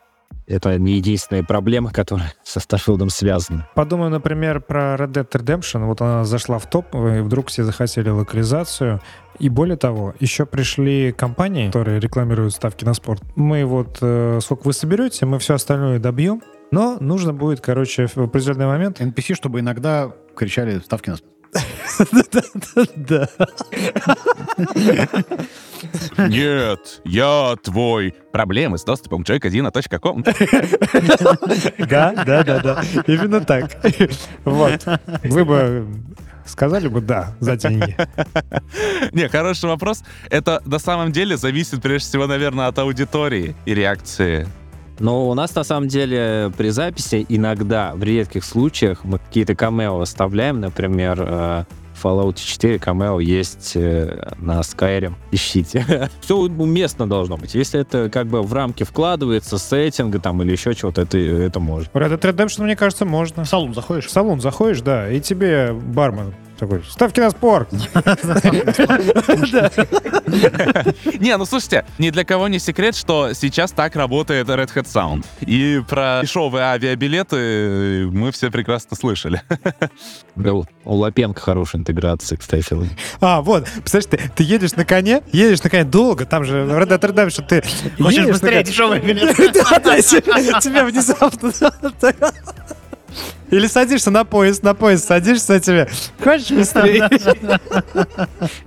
S1: это не единственная проблема, которая со Старфилдом связана.
S3: Подумаю, например, про Red Dead Redemption. Вот она зашла в топ, и вдруг все захотели локализацию. И более того, еще пришли компании, которые рекламируют ставки на спорт. Мы вот, э, сколько вы соберете, мы все остальное добьем. Но нужно будет, короче, в определенный момент...
S2: эн пи си, чтобы иногда кричали «ставки на спорт».
S3: Да.
S4: Нет, я твой. Проблемы с доступом к джой казино точка ком.
S3: Да, да, да, да. Именно так. Вот. Вы бы сказали бы «да» за деньги.
S4: Не, хороший вопрос. Это на самом деле зависит прежде всего, наверное, от аудитории и реакции.
S1: Но у нас, на самом деле, при записи иногда, в редких случаях, мы какие-то камео оставляем. Например, э, в Fallout четыре камео есть э, на Skyrim. Ищите. Все уместно должно быть. Если это как бы в рамки вкладывается, сеттинга там или еще чего-то, это, это можно.
S3: В Red Dead Redemption, мне кажется, можно.
S2: В салон заходишь?
S3: В салон заходишь, да, и тебе бармен такой: ставки на спорт.
S4: Не, ну слушайте, ни для кого не секрет, что сейчас так работает Red Hat Sound. И про дешевые авиабилеты мы все прекрасно слышали.
S1: Был у Лапенко хорошая интеграция, кстати.
S3: А, вот, представляешь, ты, ты едешь на коне, едешь на коне долго, там же в Red Dead Redemption ты
S2: Хочешь
S3: едешь на
S2: быстрее
S3: коне-
S2: дешевые билеты?
S3: Да, да, тебя тебя внезапно... Или садишься на поезд, на поезд садишься, а тебе: хочешь быстрее?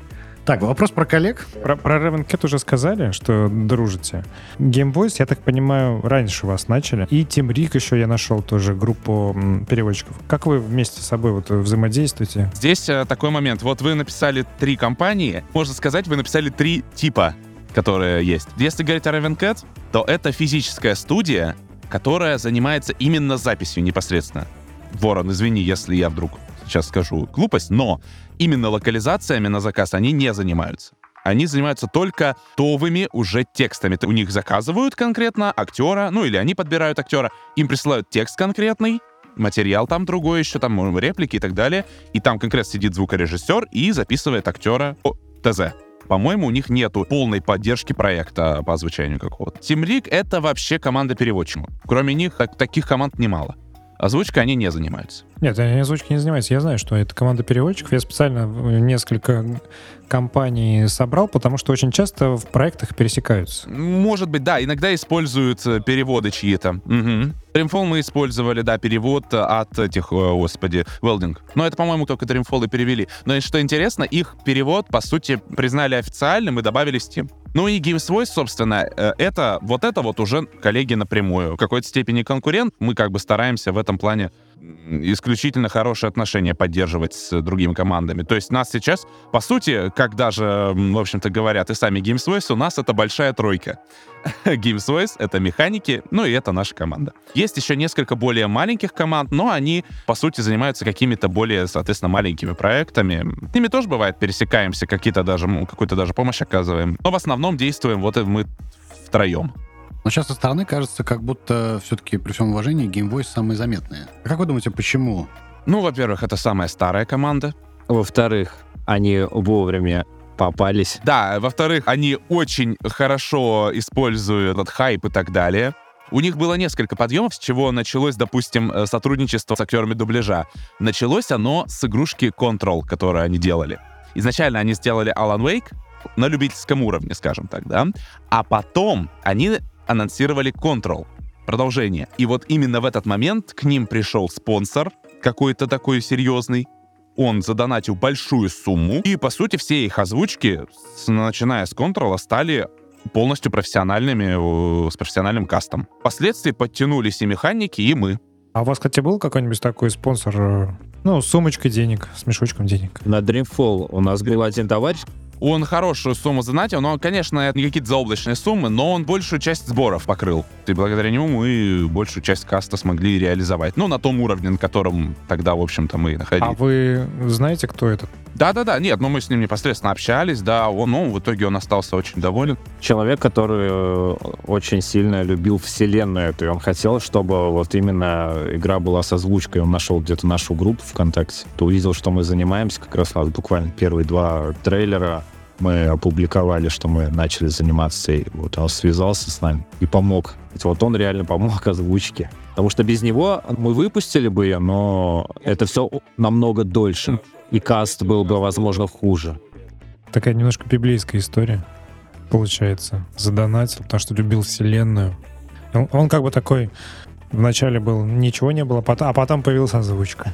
S2: Так, вопрос про коллег.
S3: Про, про RavenCat уже сказали, что дружите. Game Voice, я так понимаю, раньше вас начали. И Team Rig еще я нашел тоже группу м, переводчиков. Как вы вместе с собой вот взаимодействуете?
S4: Здесь э, такой момент. Вот вы написали три компании. Можно сказать, вы написали три типа, которые есть. Если говорить о RavenCat, то это физическая студия, которая занимается именно записью непосредственно. Ворон, извини, если я вдруг сейчас скажу глупость, но именно локализациями на заказ они не занимаются. Они занимаются только готовыми уже текстами. У них заказывают конкретно актера, ну или они подбирают актера, им присылают текст конкретный, материал там другой еще, там реплики и так далее, и там конкретно сидит звукорежиссер и записывает актера по ТЗ. По-моему, у них нету полной поддержки проекта по озвучанию какого-то. Team Rig — это вообще команда переводчиков. Кроме них, так, таких команд немало. Озвучкой они не занимаются.
S3: Нет, они озвучкой не занимаются. Я знаю, что это команда переводчиков. Я специально несколько компаний собрал, потому что очень часто в проектах пересекаются.
S4: Может быть, да, иногда используют переводы чьи-то. Угу. Dreamfall мы использовали, да, перевод от этих, о, господи, Welding. Но это, по-моему, только Dreamfall и перевели. Но что интересно, их перевод, по сути, признали официальным и добавили в Steam. Ну и GameSvoice, собственно, это, вот это вот уже коллеги напрямую. В какой-то степени конкурент. Мы как бы стараемся в этом плане исключительно хорошие отношения поддерживать с другими командами. То есть нас сейчас, по сути, как даже, в общем-то, говорят и сами GameSvoice, у нас это большая тройка. GameSvoice — это механики, ну и это наша команда. Есть еще несколько более маленьких команд, но они, по сути, занимаются какими-то более, соответственно, маленькими проектами. С ними тоже бывает пересекаемся, какие-то даже, какую-то даже помощь оказываем. Но в основном действуем вот мы втроем.
S2: Но сейчас со стороны кажется, как будто все-таки, при всем уважении, Game Voice самые заметные. Как вы думаете, почему?
S4: Ну, во-первых, это самая старая команда.
S1: Во-вторых, они вовремя попались.
S4: Да, во-вторых, они очень хорошо используют этот хайп и так далее. У них было несколько подъемов, с чего началось, допустим, сотрудничество с актерами дубляжа. Началось оно с игрушки Control, которую они делали. Изначально они сделали Alan Wake на любительском уровне, скажем так, да. А потом они анонсировали Control, продолжение. И вот именно в этот момент к ним пришел спонсор, какой-то такой серьезный. Он задонатил большую сумму, и, по сути, все их озвучки, с, начиная с Control, стали полностью профессиональными, с профессиональным кастом. Впоследствии подтянулись и механики, и мы.
S3: А у вас, кстати, был какой-нибудь такой спонсор, ну, с сумочкой денег, с мешочком денег?
S1: На Dreamfall у нас был один товарищ.
S4: Он хорошую сумму занатил, но, конечно, это не какие-то заоблачные суммы, но он большую часть сборов покрыл. И благодаря нему мы большую часть каста смогли реализовать. Ну, на том уровне, на котором тогда, в общем-то, мы находились.
S3: А вы знаете, кто это?
S4: Да-да-да, нет, ну мы с ним непосредственно общались, да, он, ну, в итоге он остался очень доволен.
S1: Человек, который э, очень сильно любил вселенную эту, и он хотел, чтобы вот именно игра была с озвучкой. Он нашел где-то нашу группу ВКонтакте, то увидел, что мы занимаемся, как раз вот буквально первые два трейлера мы опубликовали, что мы начали заниматься, и вот он связался с нами и помог. Ведь вот он реально помог озвучке. Потому что без него мы выпустили бы ее, но это все намного дольше. И каст был бы, возможно, хуже.
S3: Такая немножко библейская история, получается. Задонатил, потому что любил вселенную. Он, он как бы такой... Вначале был ничего не было, потом, а потом появилась озвучка.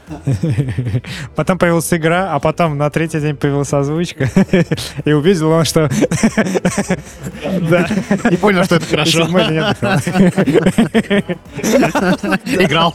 S3: Потом появилась игра, а потом на третий день появилась озвучка. И увидел он, что...
S2: И понял, что это хорошо. Играл.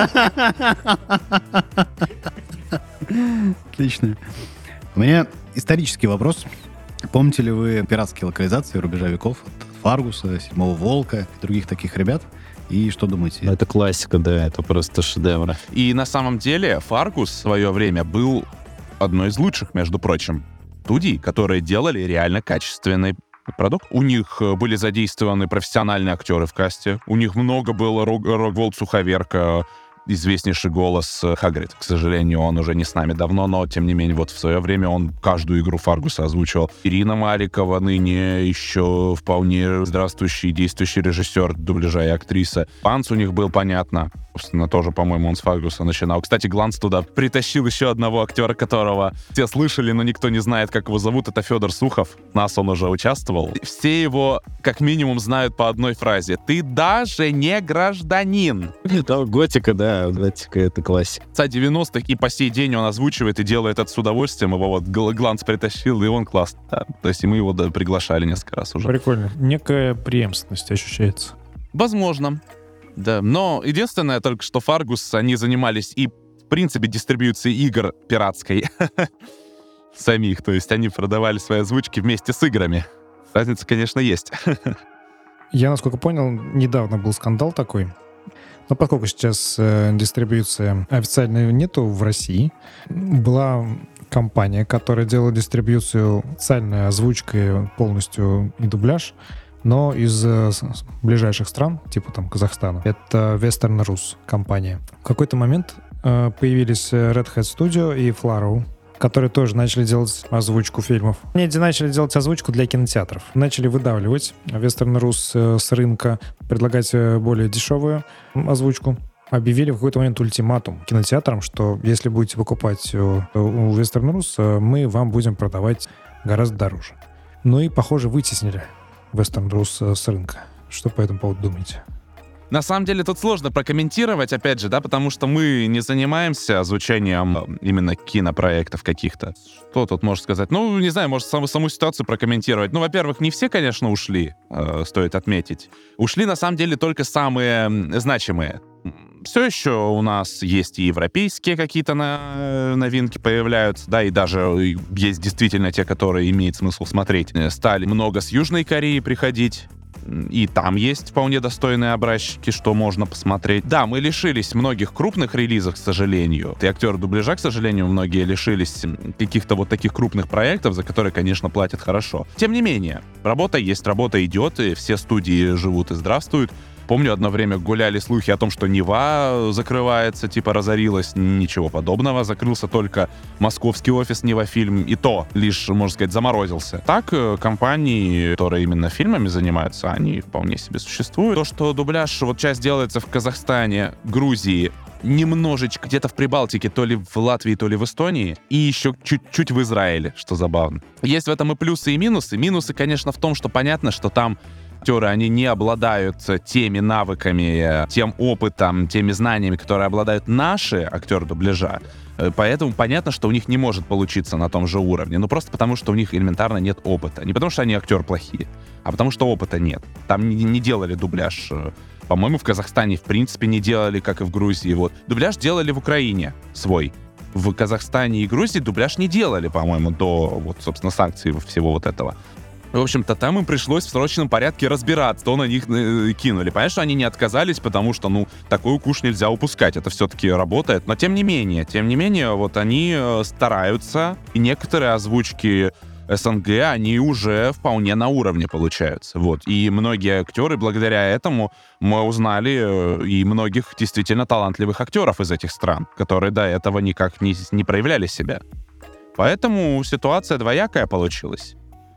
S2: Отлично. У меня исторический вопрос. Помните ли вы пиратские локализации «Рубежа веков» от Фаргуса, «Седьмого волка» и других таких ребят? И что думаете?
S1: Это классика, да, это просто шедевр.
S4: И на самом деле Фаргус в свое время был одной из лучших, между прочим, студий, которые делали реально качественный продукт. У них были задействованы профессиональные актеры в касте, у них много было Рогволд Суховерка, известнейший голос Хагрид. К сожалению, он уже не с нами давно, но, тем не менее, вот в свое время он каждую игру Фаргуса озвучивал. Ирина Маликова, ныне еще вполне здравствующий действующий режиссер дубляжа и актриса. Панц у них был, понятно. Собственно, тоже, по-моему, он с Фаргуса начинал. Кстати, Гланс туда притащил еще одного актера, которого все слышали, но никто не знает, как его зовут. Это Федор Сухов. В нас он уже участвовал. Все его, как минимум, знают по одной фразе. «Ты даже не гражданин».
S1: Это готика, да. Да, это, это классика.
S4: Конца девяностых, и по сей день он озвучивает и делает это с удовольствием. Его вот Гл- Гланц притащил, и он классный. Да. То есть и мы его да, приглашали несколько раз уже.
S3: Прикольно. Некая преемственность ощущается.
S4: Возможно. Да, но единственное только, что Фаргус, они занимались и, в принципе, дистрибьюцией игр пиратской самих. То есть они продавали свои озвучки вместе с играми. Разница, конечно, есть.
S3: Я, насколько понял, недавно был скандал такой. Но поскольку сейчас э, дистрибьюция официальной нету в России, была компания, которая делала дистрибьюцию официальной озвучкой полностью и дубляж, но из э, с- ближайших стран, типа там Казахстана. Это Western Rus компания. В какой-то момент э, появились э, Red Hat Studio и Flarrow, которые тоже начали делать озвучку фильмов. Они начали делать озвучку для кинотеатров. Начали выдавливать Western Rus э, с рынка, предлагать э, более дешевую озвучку. Объявили в какой-то момент ультиматум кинотеатрам, что если будете покупать э, у Western Rus, э, мы вам будем продавать гораздо дороже. Ну и, похоже, вытеснили Western Rus э, с рынка. Что по этому поводу думаете?
S4: На самом деле тут сложно прокомментировать, опять же, да, потому что мы не занимаемся озвучением э, именно кинопроектов каких-то. Что тут можно сказать? Ну, не знаю, может, саму, саму ситуацию прокомментировать. Ну, во-первых, не все, конечно, ушли, э, стоит отметить. Ушли, на самом деле, только самые м, значимые. Все еще у нас есть и европейские какие-то на- новинки появляются, да, и даже есть действительно те, которые имеет смысл смотреть. Э, Стали много с Южной Кореи приходить. И там есть вполне достойные образчики, что можно посмотреть. Да, мы лишились многих крупных релизов, к сожалению. И актеры дубляжа, к сожалению, многие лишились каких-то вот таких крупных проектов, за которые, конечно, платят хорошо. Тем не менее, работа есть, работа идет, и все студии живут и здравствуют. Помню, одно время гуляли слухи о том, что Нева закрывается, типа разорилась. Ничего подобного. Закрылся только московский офис Нева-фильм. И то лишь, можно сказать, заморозился. Так, э, компании, которые именно фильмами занимаются, они вполне себе существуют. То, что дубляж, вот часть делается в Казахстане, Грузии, немножечко где-то в Прибалтике, то ли в Латвии, то ли в Эстонии, и еще чуть-чуть в Израиле, что забавно. Есть в этом и плюсы, и минусы. Минусы, конечно, в том, что понятно, что там актеры, они не обладают теми навыками, тем опытом, теми знаниями, которые обладают наши актеры дубляжа. Э, Поэтому понятно, что у них не может получиться на том же уровне. Ну, просто потому, что у них элементарно нет опыта. Не потому, что они актеры плохие, а потому, что опыта нет. Там не, не делали дубляж. э, По-моему, в Казахстане, в принципе, не делали, как и в Грузии. Вот. Дубляж делали в Украине свой. В Казахстане и Грузии дубляж не делали, по-моему, до, вот, собственно, санкций всего вот этого. В общем-то, там им пришлось в срочном порядке разбираться, что на них э, кинули. Понятно, что они не отказались, потому что, ну, такую куш нельзя упускать. Это все-таки работает. Но тем не менее, тем не менее, вот они э, стараются. И некоторые озвучки СНГ, они уже вполне на уровне получаются. Вот. И многие актеры, благодаря этому, мы узнали э, и многих действительно талантливых актеров из этих стран, которые до этого никак не, не проявляли себя. Поэтому ситуация двоякая получилась.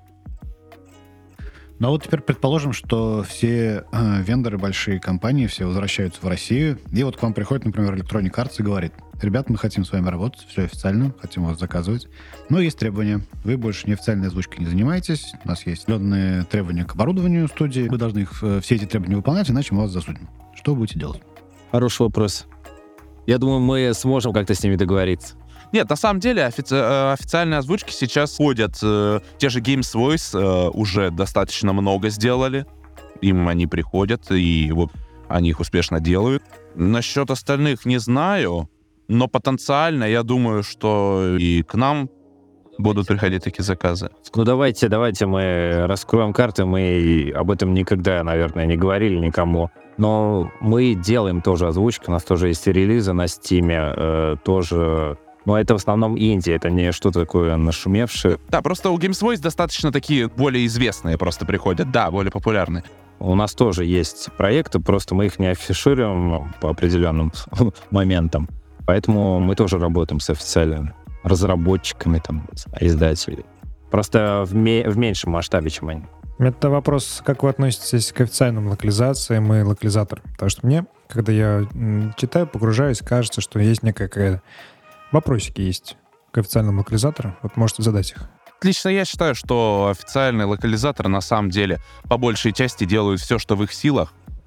S2: Ну вот теперь предположим, что все э, вендоры, большие компании, все возвращаются в Россию, и вот к вам приходит, например, Electronic Arts и говорит: ребят, мы хотим с вами работать, все официально, хотим вас заказывать, но есть требования. Вы больше неофициальной озвучкой не занимаетесь, у нас есть определенные требования к оборудованию студии, вы должны их, э, все эти требования выполнять, иначе мы вас засудим. Что вы будете делать?
S1: Хороший вопрос. Я думаю, мы сможем как-то с ними договориться.
S4: Нет, на самом деле офици- э, официальные озвучки сейчас ходят. э, Те же Games Voice э, уже достаточно много сделали. Им они приходят, и вот они их успешно делают. Насчет остальных не знаю, но потенциально я думаю, что и к нам будут приходить такие заказы.
S1: Ну давайте, давайте мы раскроем карты. Мы об этом никогда, наверное, не говорили никому. Но мы делаем тоже озвучку. У нас тоже есть релизы на Стиме. Э, тоже... Но это в основном Индия. Это не что-то такое нашумевшее.
S4: Да, просто у Games Voice достаточно такие более известные просто приходят. Да, более популярные.
S1: У нас тоже есть проекты, просто мы их не афишируем по определенным моментам. Поэтому мы тоже работаем с официальными разработчиками, там, издателями. Просто в, ме- в меньшем масштабе, чем они.
S3: Это вопрос, как вы относитесь к официальным локализациям и локализаторам. Потому что мне, когда я м, читаю, погружаюсь, кажется, что есть некая какая-то... Вопросики есть к официальным локализаторам. Вот можете задать их.
S4: Лично я считаю, что официальные локализаторы на самом деле по большей части делают все, что в их силах,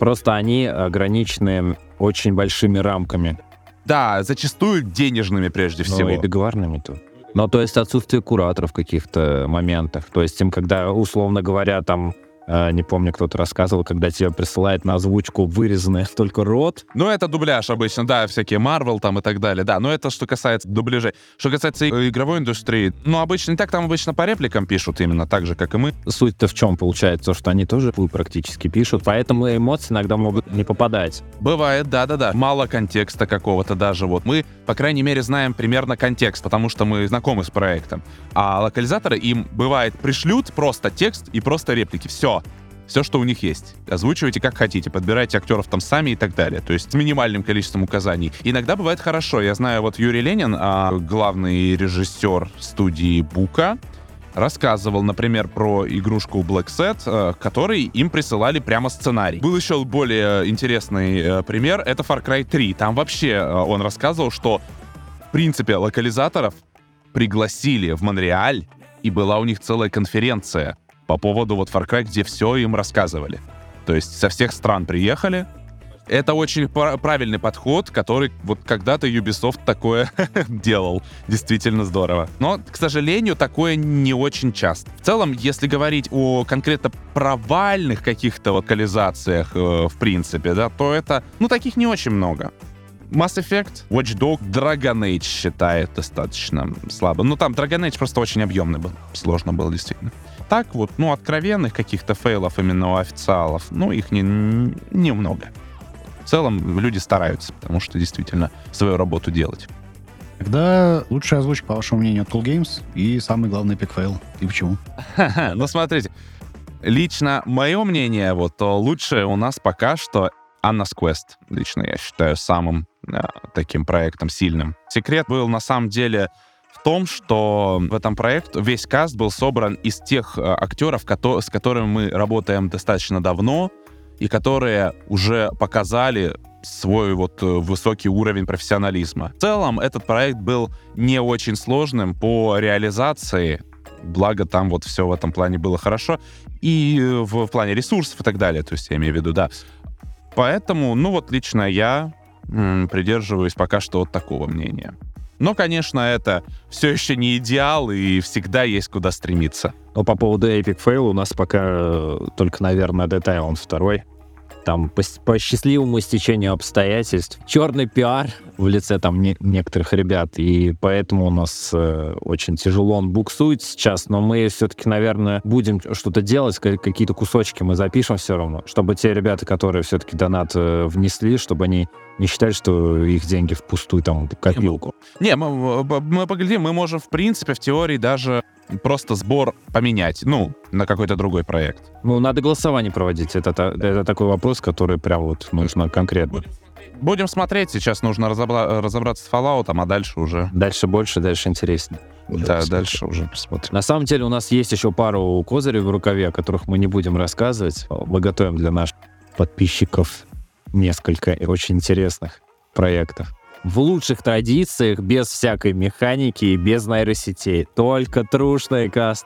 S1: Просто они ограничены очень большими рамками.
S4: Да, зачастую денежными прежде
S1: Ну,
S4: всего.
S1: и договорными-то. Ну, то есть отсутствие кураторов в каких-то моментах. То есть им, когда, условно говоря, там, э, не помню, кто-то рассказывал, когда тебе присылают на озвучку вырезанный только рот.
S4: Ну, это дубляж обычно, да, всякие Marvel там и так далее, да. Но это что касается дубляжей. Что касается и- игровой индустрии, ну, обычно не так, там обычно по репликам пишут именно так же, как и мы.
S1: Суть-то в чем получается? То, что они тоже практически пишут, поэтому эмоции иногда могут не попадать.
S4: Бывает, да-да-да. Мало контекста какого-то даже. Вот мы, по крайней мере, знаем примерно контекст, потому что мы знакомы с проектом. А локализаторы им, бывает, пришлют просто текст и просто реплики. Все. Все, что у них есть. Озвучивайте как хотите, подбирайте актеров там сами и так далее. То есть с минимальным количеством указаний. Иногда бывает хорошо. Я знаю, вот Юрий Ленин, а, главный режиссер студии Бука, рассказывал, например, про игрушку Black Set, э, который им присылали прямо сценарий. Был еще более интересный э, пример, это Far Cry три. Там вообще э, он рассказывал, что в принципе локализаторов пригласили в Монреаль, и была у них целая конференция по поводу вот Far Cry, где все им рассказывали. То есть со всех стран приехали. Это очень пра- правильный подход, который вот когда-то Ubisoft такое делал. Действительно здорово. Но, к сожалению, такое не очень часто. В целом, если говорить о конкретно провальных каких-то локализациях, э, в принципе, да, то это, ну, таких не очень много. Mass Effect, Watch Dogs, Dragon Age считает достаточно слабо. Ну, там Dragon Age просто очень объемный был. Сложно было, действительно. Так вот, ну, откровенных каких-то фейлов именно у официалов, ну, их не, немного. В целом люди стараются, потому что действительно свою работу делать.
S2: Тогда лучшая озвучка, по вашему мнению, от Cool Games и самый главный эпик-фейл. И почему?
S4: Ха-ха, ну смотрите, лично мое мнение, вот то лучшее у нас пока что Anna's Quest. Лично я считаю самым э, таким проектом сильным. Секрет был на самом деле в том, что в этом проекте весь каст был собран из тех э, актеров, кото- с которыми мы работаем достаточно давно, и которые уже показали свой вот высокий уровень профессионализма. В целом, этот проект был не очень сложным по реализации, благо там вот все в этом плане было хорошо, и в, в плане ресурсов и так далее, то есть я имею в виду, да. Поэтому, ну вот лично я м, придерживаюсь пока что вот такого мнения. Но, конечно, это все еще не идеал, и всегда есть куда стремиться.
S1: Но по поводу Epic Fail у нас пока э, только, наверное, Dead Island два. Там по, по счастливому стечению обстоятельств черный пиар в лице там не, некоторых ребят, и поэтому у нас э, очень тяжело он буксует сейчас, но мы все-таки, наверное, будем что-то делать, какие-то кусочки мы запишем все равно, чтобы те ребята, которые все-таки донат э, внесли, чтобы они не считали, что их деньги впустую там в копилку.
S4: Не, мы, мы поглядим, мы можем, в принципе, в теории даже просто сбор поменять, ну, на какой-то другой проект.
S1: Ну, надо голосование проводить. Это, это такой вопрос, который прям вот нужно конкретно.
S4: Будем смотреть. Сейчас нужно разобра- разобраться с Fallout, а дальше уже...
S1: Дальше больше, дальше интереснее.
S4: Да, посмотрим. Дальше уже посмотрим.
S1: На самом деле у нас есть еще пару козырей в рукаве, о которых мы не будем рассказывать. Мы готовим для наших подписчиков несколько очень интересных проектов. В лучших традициях, без всякой механики и без нейросетей. Только трушный каст.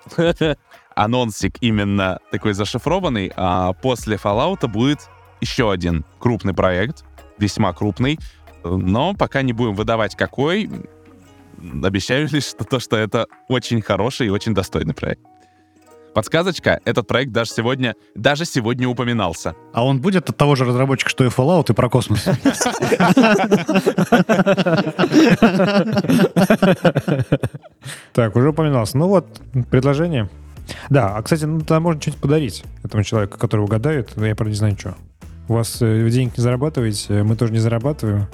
S4: Анонсик именно такой зашифрованный, а после Fallout будет еще один крупный проект, весьма крупный, но пока не будем выдавать какой. Обещаю лишь, что, то, что это очень хороший и очень достойный проект. Подсказочка, этот проект даже сегодня, даже сегодня упоминался.
S2: А он будет от того же разработчика, что и Fallout, и про космос?
S3: Так, уже упоминался. Ну вот, предложение. Да, а, кстати, ну, тогда можно что-нибудь подарить этому человеку, который угадает, но я, правда, не знаю, что. У вас э, денег не зарабатываете, мы тоже не зарабатываем.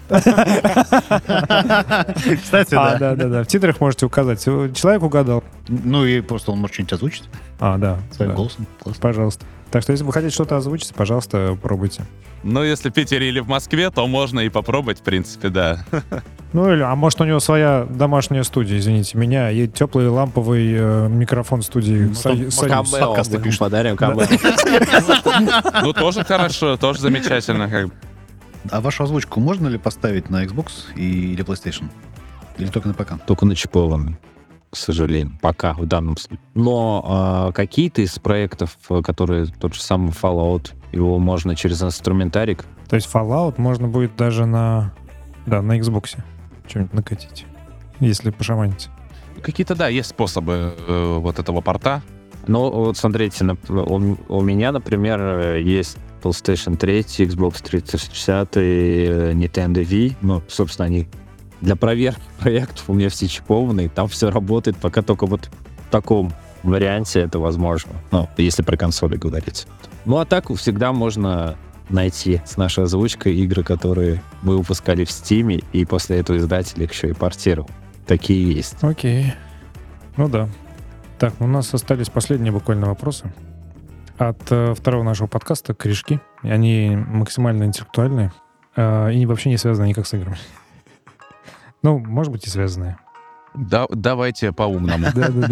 S2: Кстати,
S3: А,
S2: да.
S3: да, да, да. В титрах можете указать. Человек угадал.
S2: Ну и просто он может что-нибудь озвучить
S3: А, да.
S2: своим
S3: да.
S2: голосом. Классно.
S3: Пожалуйста. Так что, если вы хотите что-то озвучить, пожалуйста, пробуйте.
S4: Но если в Питере или в Москве, то можно и попробовать, в принципе, да.
S3: Ну, или, а может, у него своя домашняя студия, извините меня, и теплый ламповый э, микрофон студии
S2: Ну,
S3: Сою-
S2: там
S3: Союз.
S2: Камео. подкасты
S1: мы
S2: пишут.
S1: подарим камео.
S4: Ну, тоже хорошо, тоже замечательно. как бы.
S2: А вашу озвучку можно ли поставить на Xbox и- или PlayStation? Или только на ПК?
S1: Только начипованный. к сожалению, пока в данном случае. Но э, какие-то из проектов, которые тот же самый Fallout, его можно через инструментарик.
S3: То есть Fallout можно будет даже на, да, на Xbox что-нибудь накатить, если пошаманить.
S4: Какие-то, да, есть способы э, вот этого порта.
S1: Но вот смотрите, у, у меня, например, есть PlayStation три, Xbox триста шестьдесят и Nintendo Wii. Ну, собственно, они для проверки проектов у меня все чипованные, там все работает, пока только вот в таком варианте это возможно. Ну, если про консоли говорить. Ну, а так всегда можно найти с нашей озвучкой игры, которые мы выпускали в Steam, и после этого издатель их еще и портировал. Такие есть.
S3: Окей. Ну да. Так, у нас остались последние буквально вопросы. От э, второго нашего подкаста «Корешки». Они максимально интеллектуальные э, и вообще не связаны никак с играми. Ну, может быть, и связанные.
S4: Да, давайте по-умному.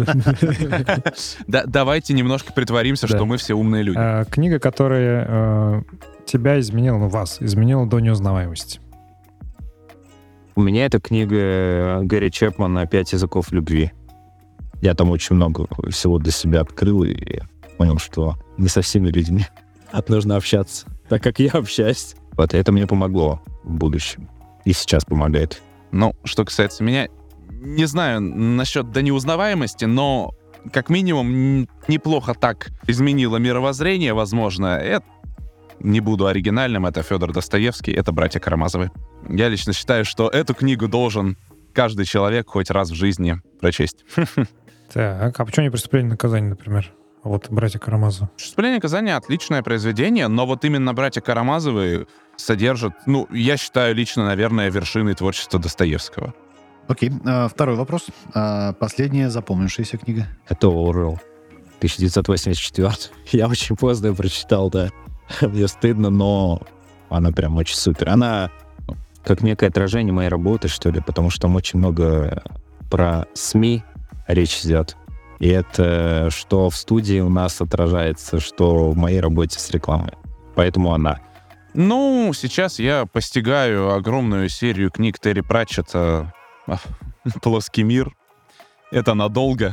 S4: Да, давайте немножко притворимся,
S3: Да.
S4: что мы все умные люди.
S3: Э, Книга, которая э, тебя изменила, ну, вас изменила до неузнаваемости.
S1: У меня эта книга Гэри Чепмана «Пять языков любви». Я там очень много всего для себя открыл и понял, что не со всеми людьми нужно общаться, так как я общаюсь. Вот это мне помогло в будущем. И сейчас помогает.
S4: Ну, что касается меня, не знаю насчет до неузнаваемости, но как минимум м, неплохо так изменило мировоззрение, возможно. Это, не буду оригинальным, это Федор Достоевский, это братья Карамазовы. Я лично считаю, что эту книгу должен каждый человек хоть раз в жизни прочесть.
S3: Так, а почему не «Преступление и наказание», например? Вот «Братья Карамазовы».
S4: «Преступление и наказание» — отличное произведение, но вот именно братья Карамазовы содержат, ну, я считаю лично, наверное, вершиной творчества Достоевского.
S2: Окей, а, второй вопрос. А, последняя запомнившаяся книга.
S1: Это Орвелл. тысяча девятьсот восемьдесят четвёртый. Я очень поздно ее прочитал, да. Мне стыдно, но она прям очень супер. Она ну, как некое отражение моей работы, что ли, потому что там очень много про СМИ речь идет. И это что в студии у нас отражается, что в моей работе с рекламой. Поэтому она.
S4: Ну, сейчас я постигаю огромную серию книг Терри Пратчетта «Плоский мир». Это надолго.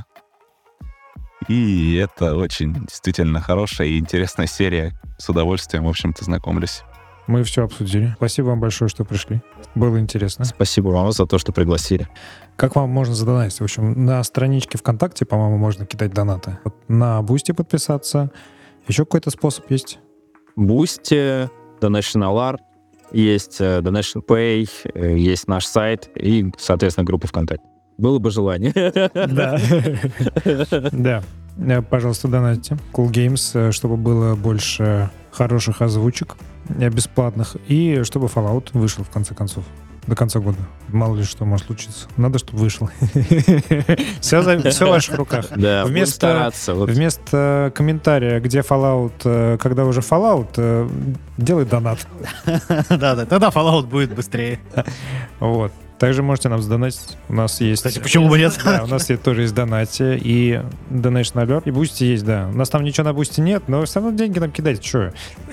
S4: И это очень действительно хорошая и интересная серия. С удовольствием, в общем-то, знакомлюсь.
S3: Мы все обсудили. Спасибо вам большое, что пришли. Было интересно.
S1: Спасибо вам за то, что пригласили.
S3: Как вам можно задонатить? В общем, на страничке ВКонтакте, по-моему, можно кидать донаты. Вот на Бусти подписаться. Еще какой-то способ есть?
S1: Boosty, Donation Alarm, есть э, Donation Pay, э, есть наш сайт и, соответственно, группа ВКонтакте. Было бы желание.
S3: Да. Да. Э, Пожалуйста, донатьте. Cool Games, э, чтобы было больше хороших озвучек, э, бесплатных, и чтобы Fallout вышел, в конце концов, до конца года. Мало ли что может случиться. Надо, чтобы вышел. Все, за- все в ваших руках.
S1: Да, будем
S3: Вместо-
S1: стараться. Вот.
S3: Вместо комментария, где Fallout, э, когда уже Fallout, э, делай донат.
S2: Да-да, тогда Fallout будет быстрее.
S3: Вот. Также можете нам сдонатить. У нас есть...
S2: Кстати, почему бы нет?
S3: Да, у нас есть, тоже есть донати и Donation Alert. И Boosty есть, да. У нас там ничего на Boosty нет, но все равно деньги нам кидайте. Че?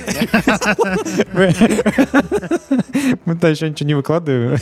S3: Мы-то еще ничего не выкладываем.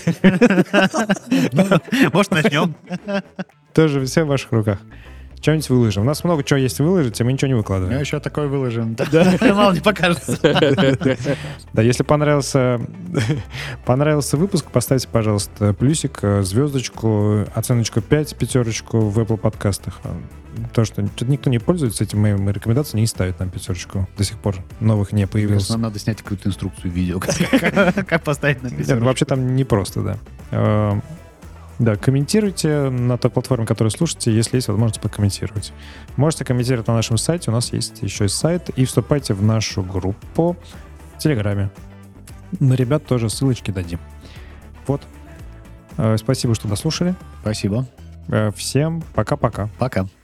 S2: Может, начнем?
S3: Тоже все в ваших руках. Что-нибудь выложим. У нас много чего есть выложить, а мы ничего не
S2: Мы
S3: выкладываем.
S2: еще такой выложим. Мало не покажется.
S3: Да, если понравился, понравился выпуск, поставьте, пожалуйста, плюсик, звездочку, оценочку пять, пятерочку в Apple подкастах. То, что что-то никто не пользуется этим моим рекомендацией, не ставит нам пятерочку. До сих пор новых не появилось.
S2: Нам надо снять какую-то инструкцию видео, как как поставить на
S3: Нет,
S2: пятерочку.
S3: вообще там непросто, да. Э, Да, комментируйте на той платформе, которую слушаете, если есть возможность покомментировать. Можете комментировать на нашем сайте, у нас есть еще и сайт, и вступайте в нашу группу в Телеграме. На ребят тоже ссылочки дадим. Вот. Э, Спасибо, что дослушали.
S2: Спасибо.
S3: Э, Всем пока-пока.
S2: Пока.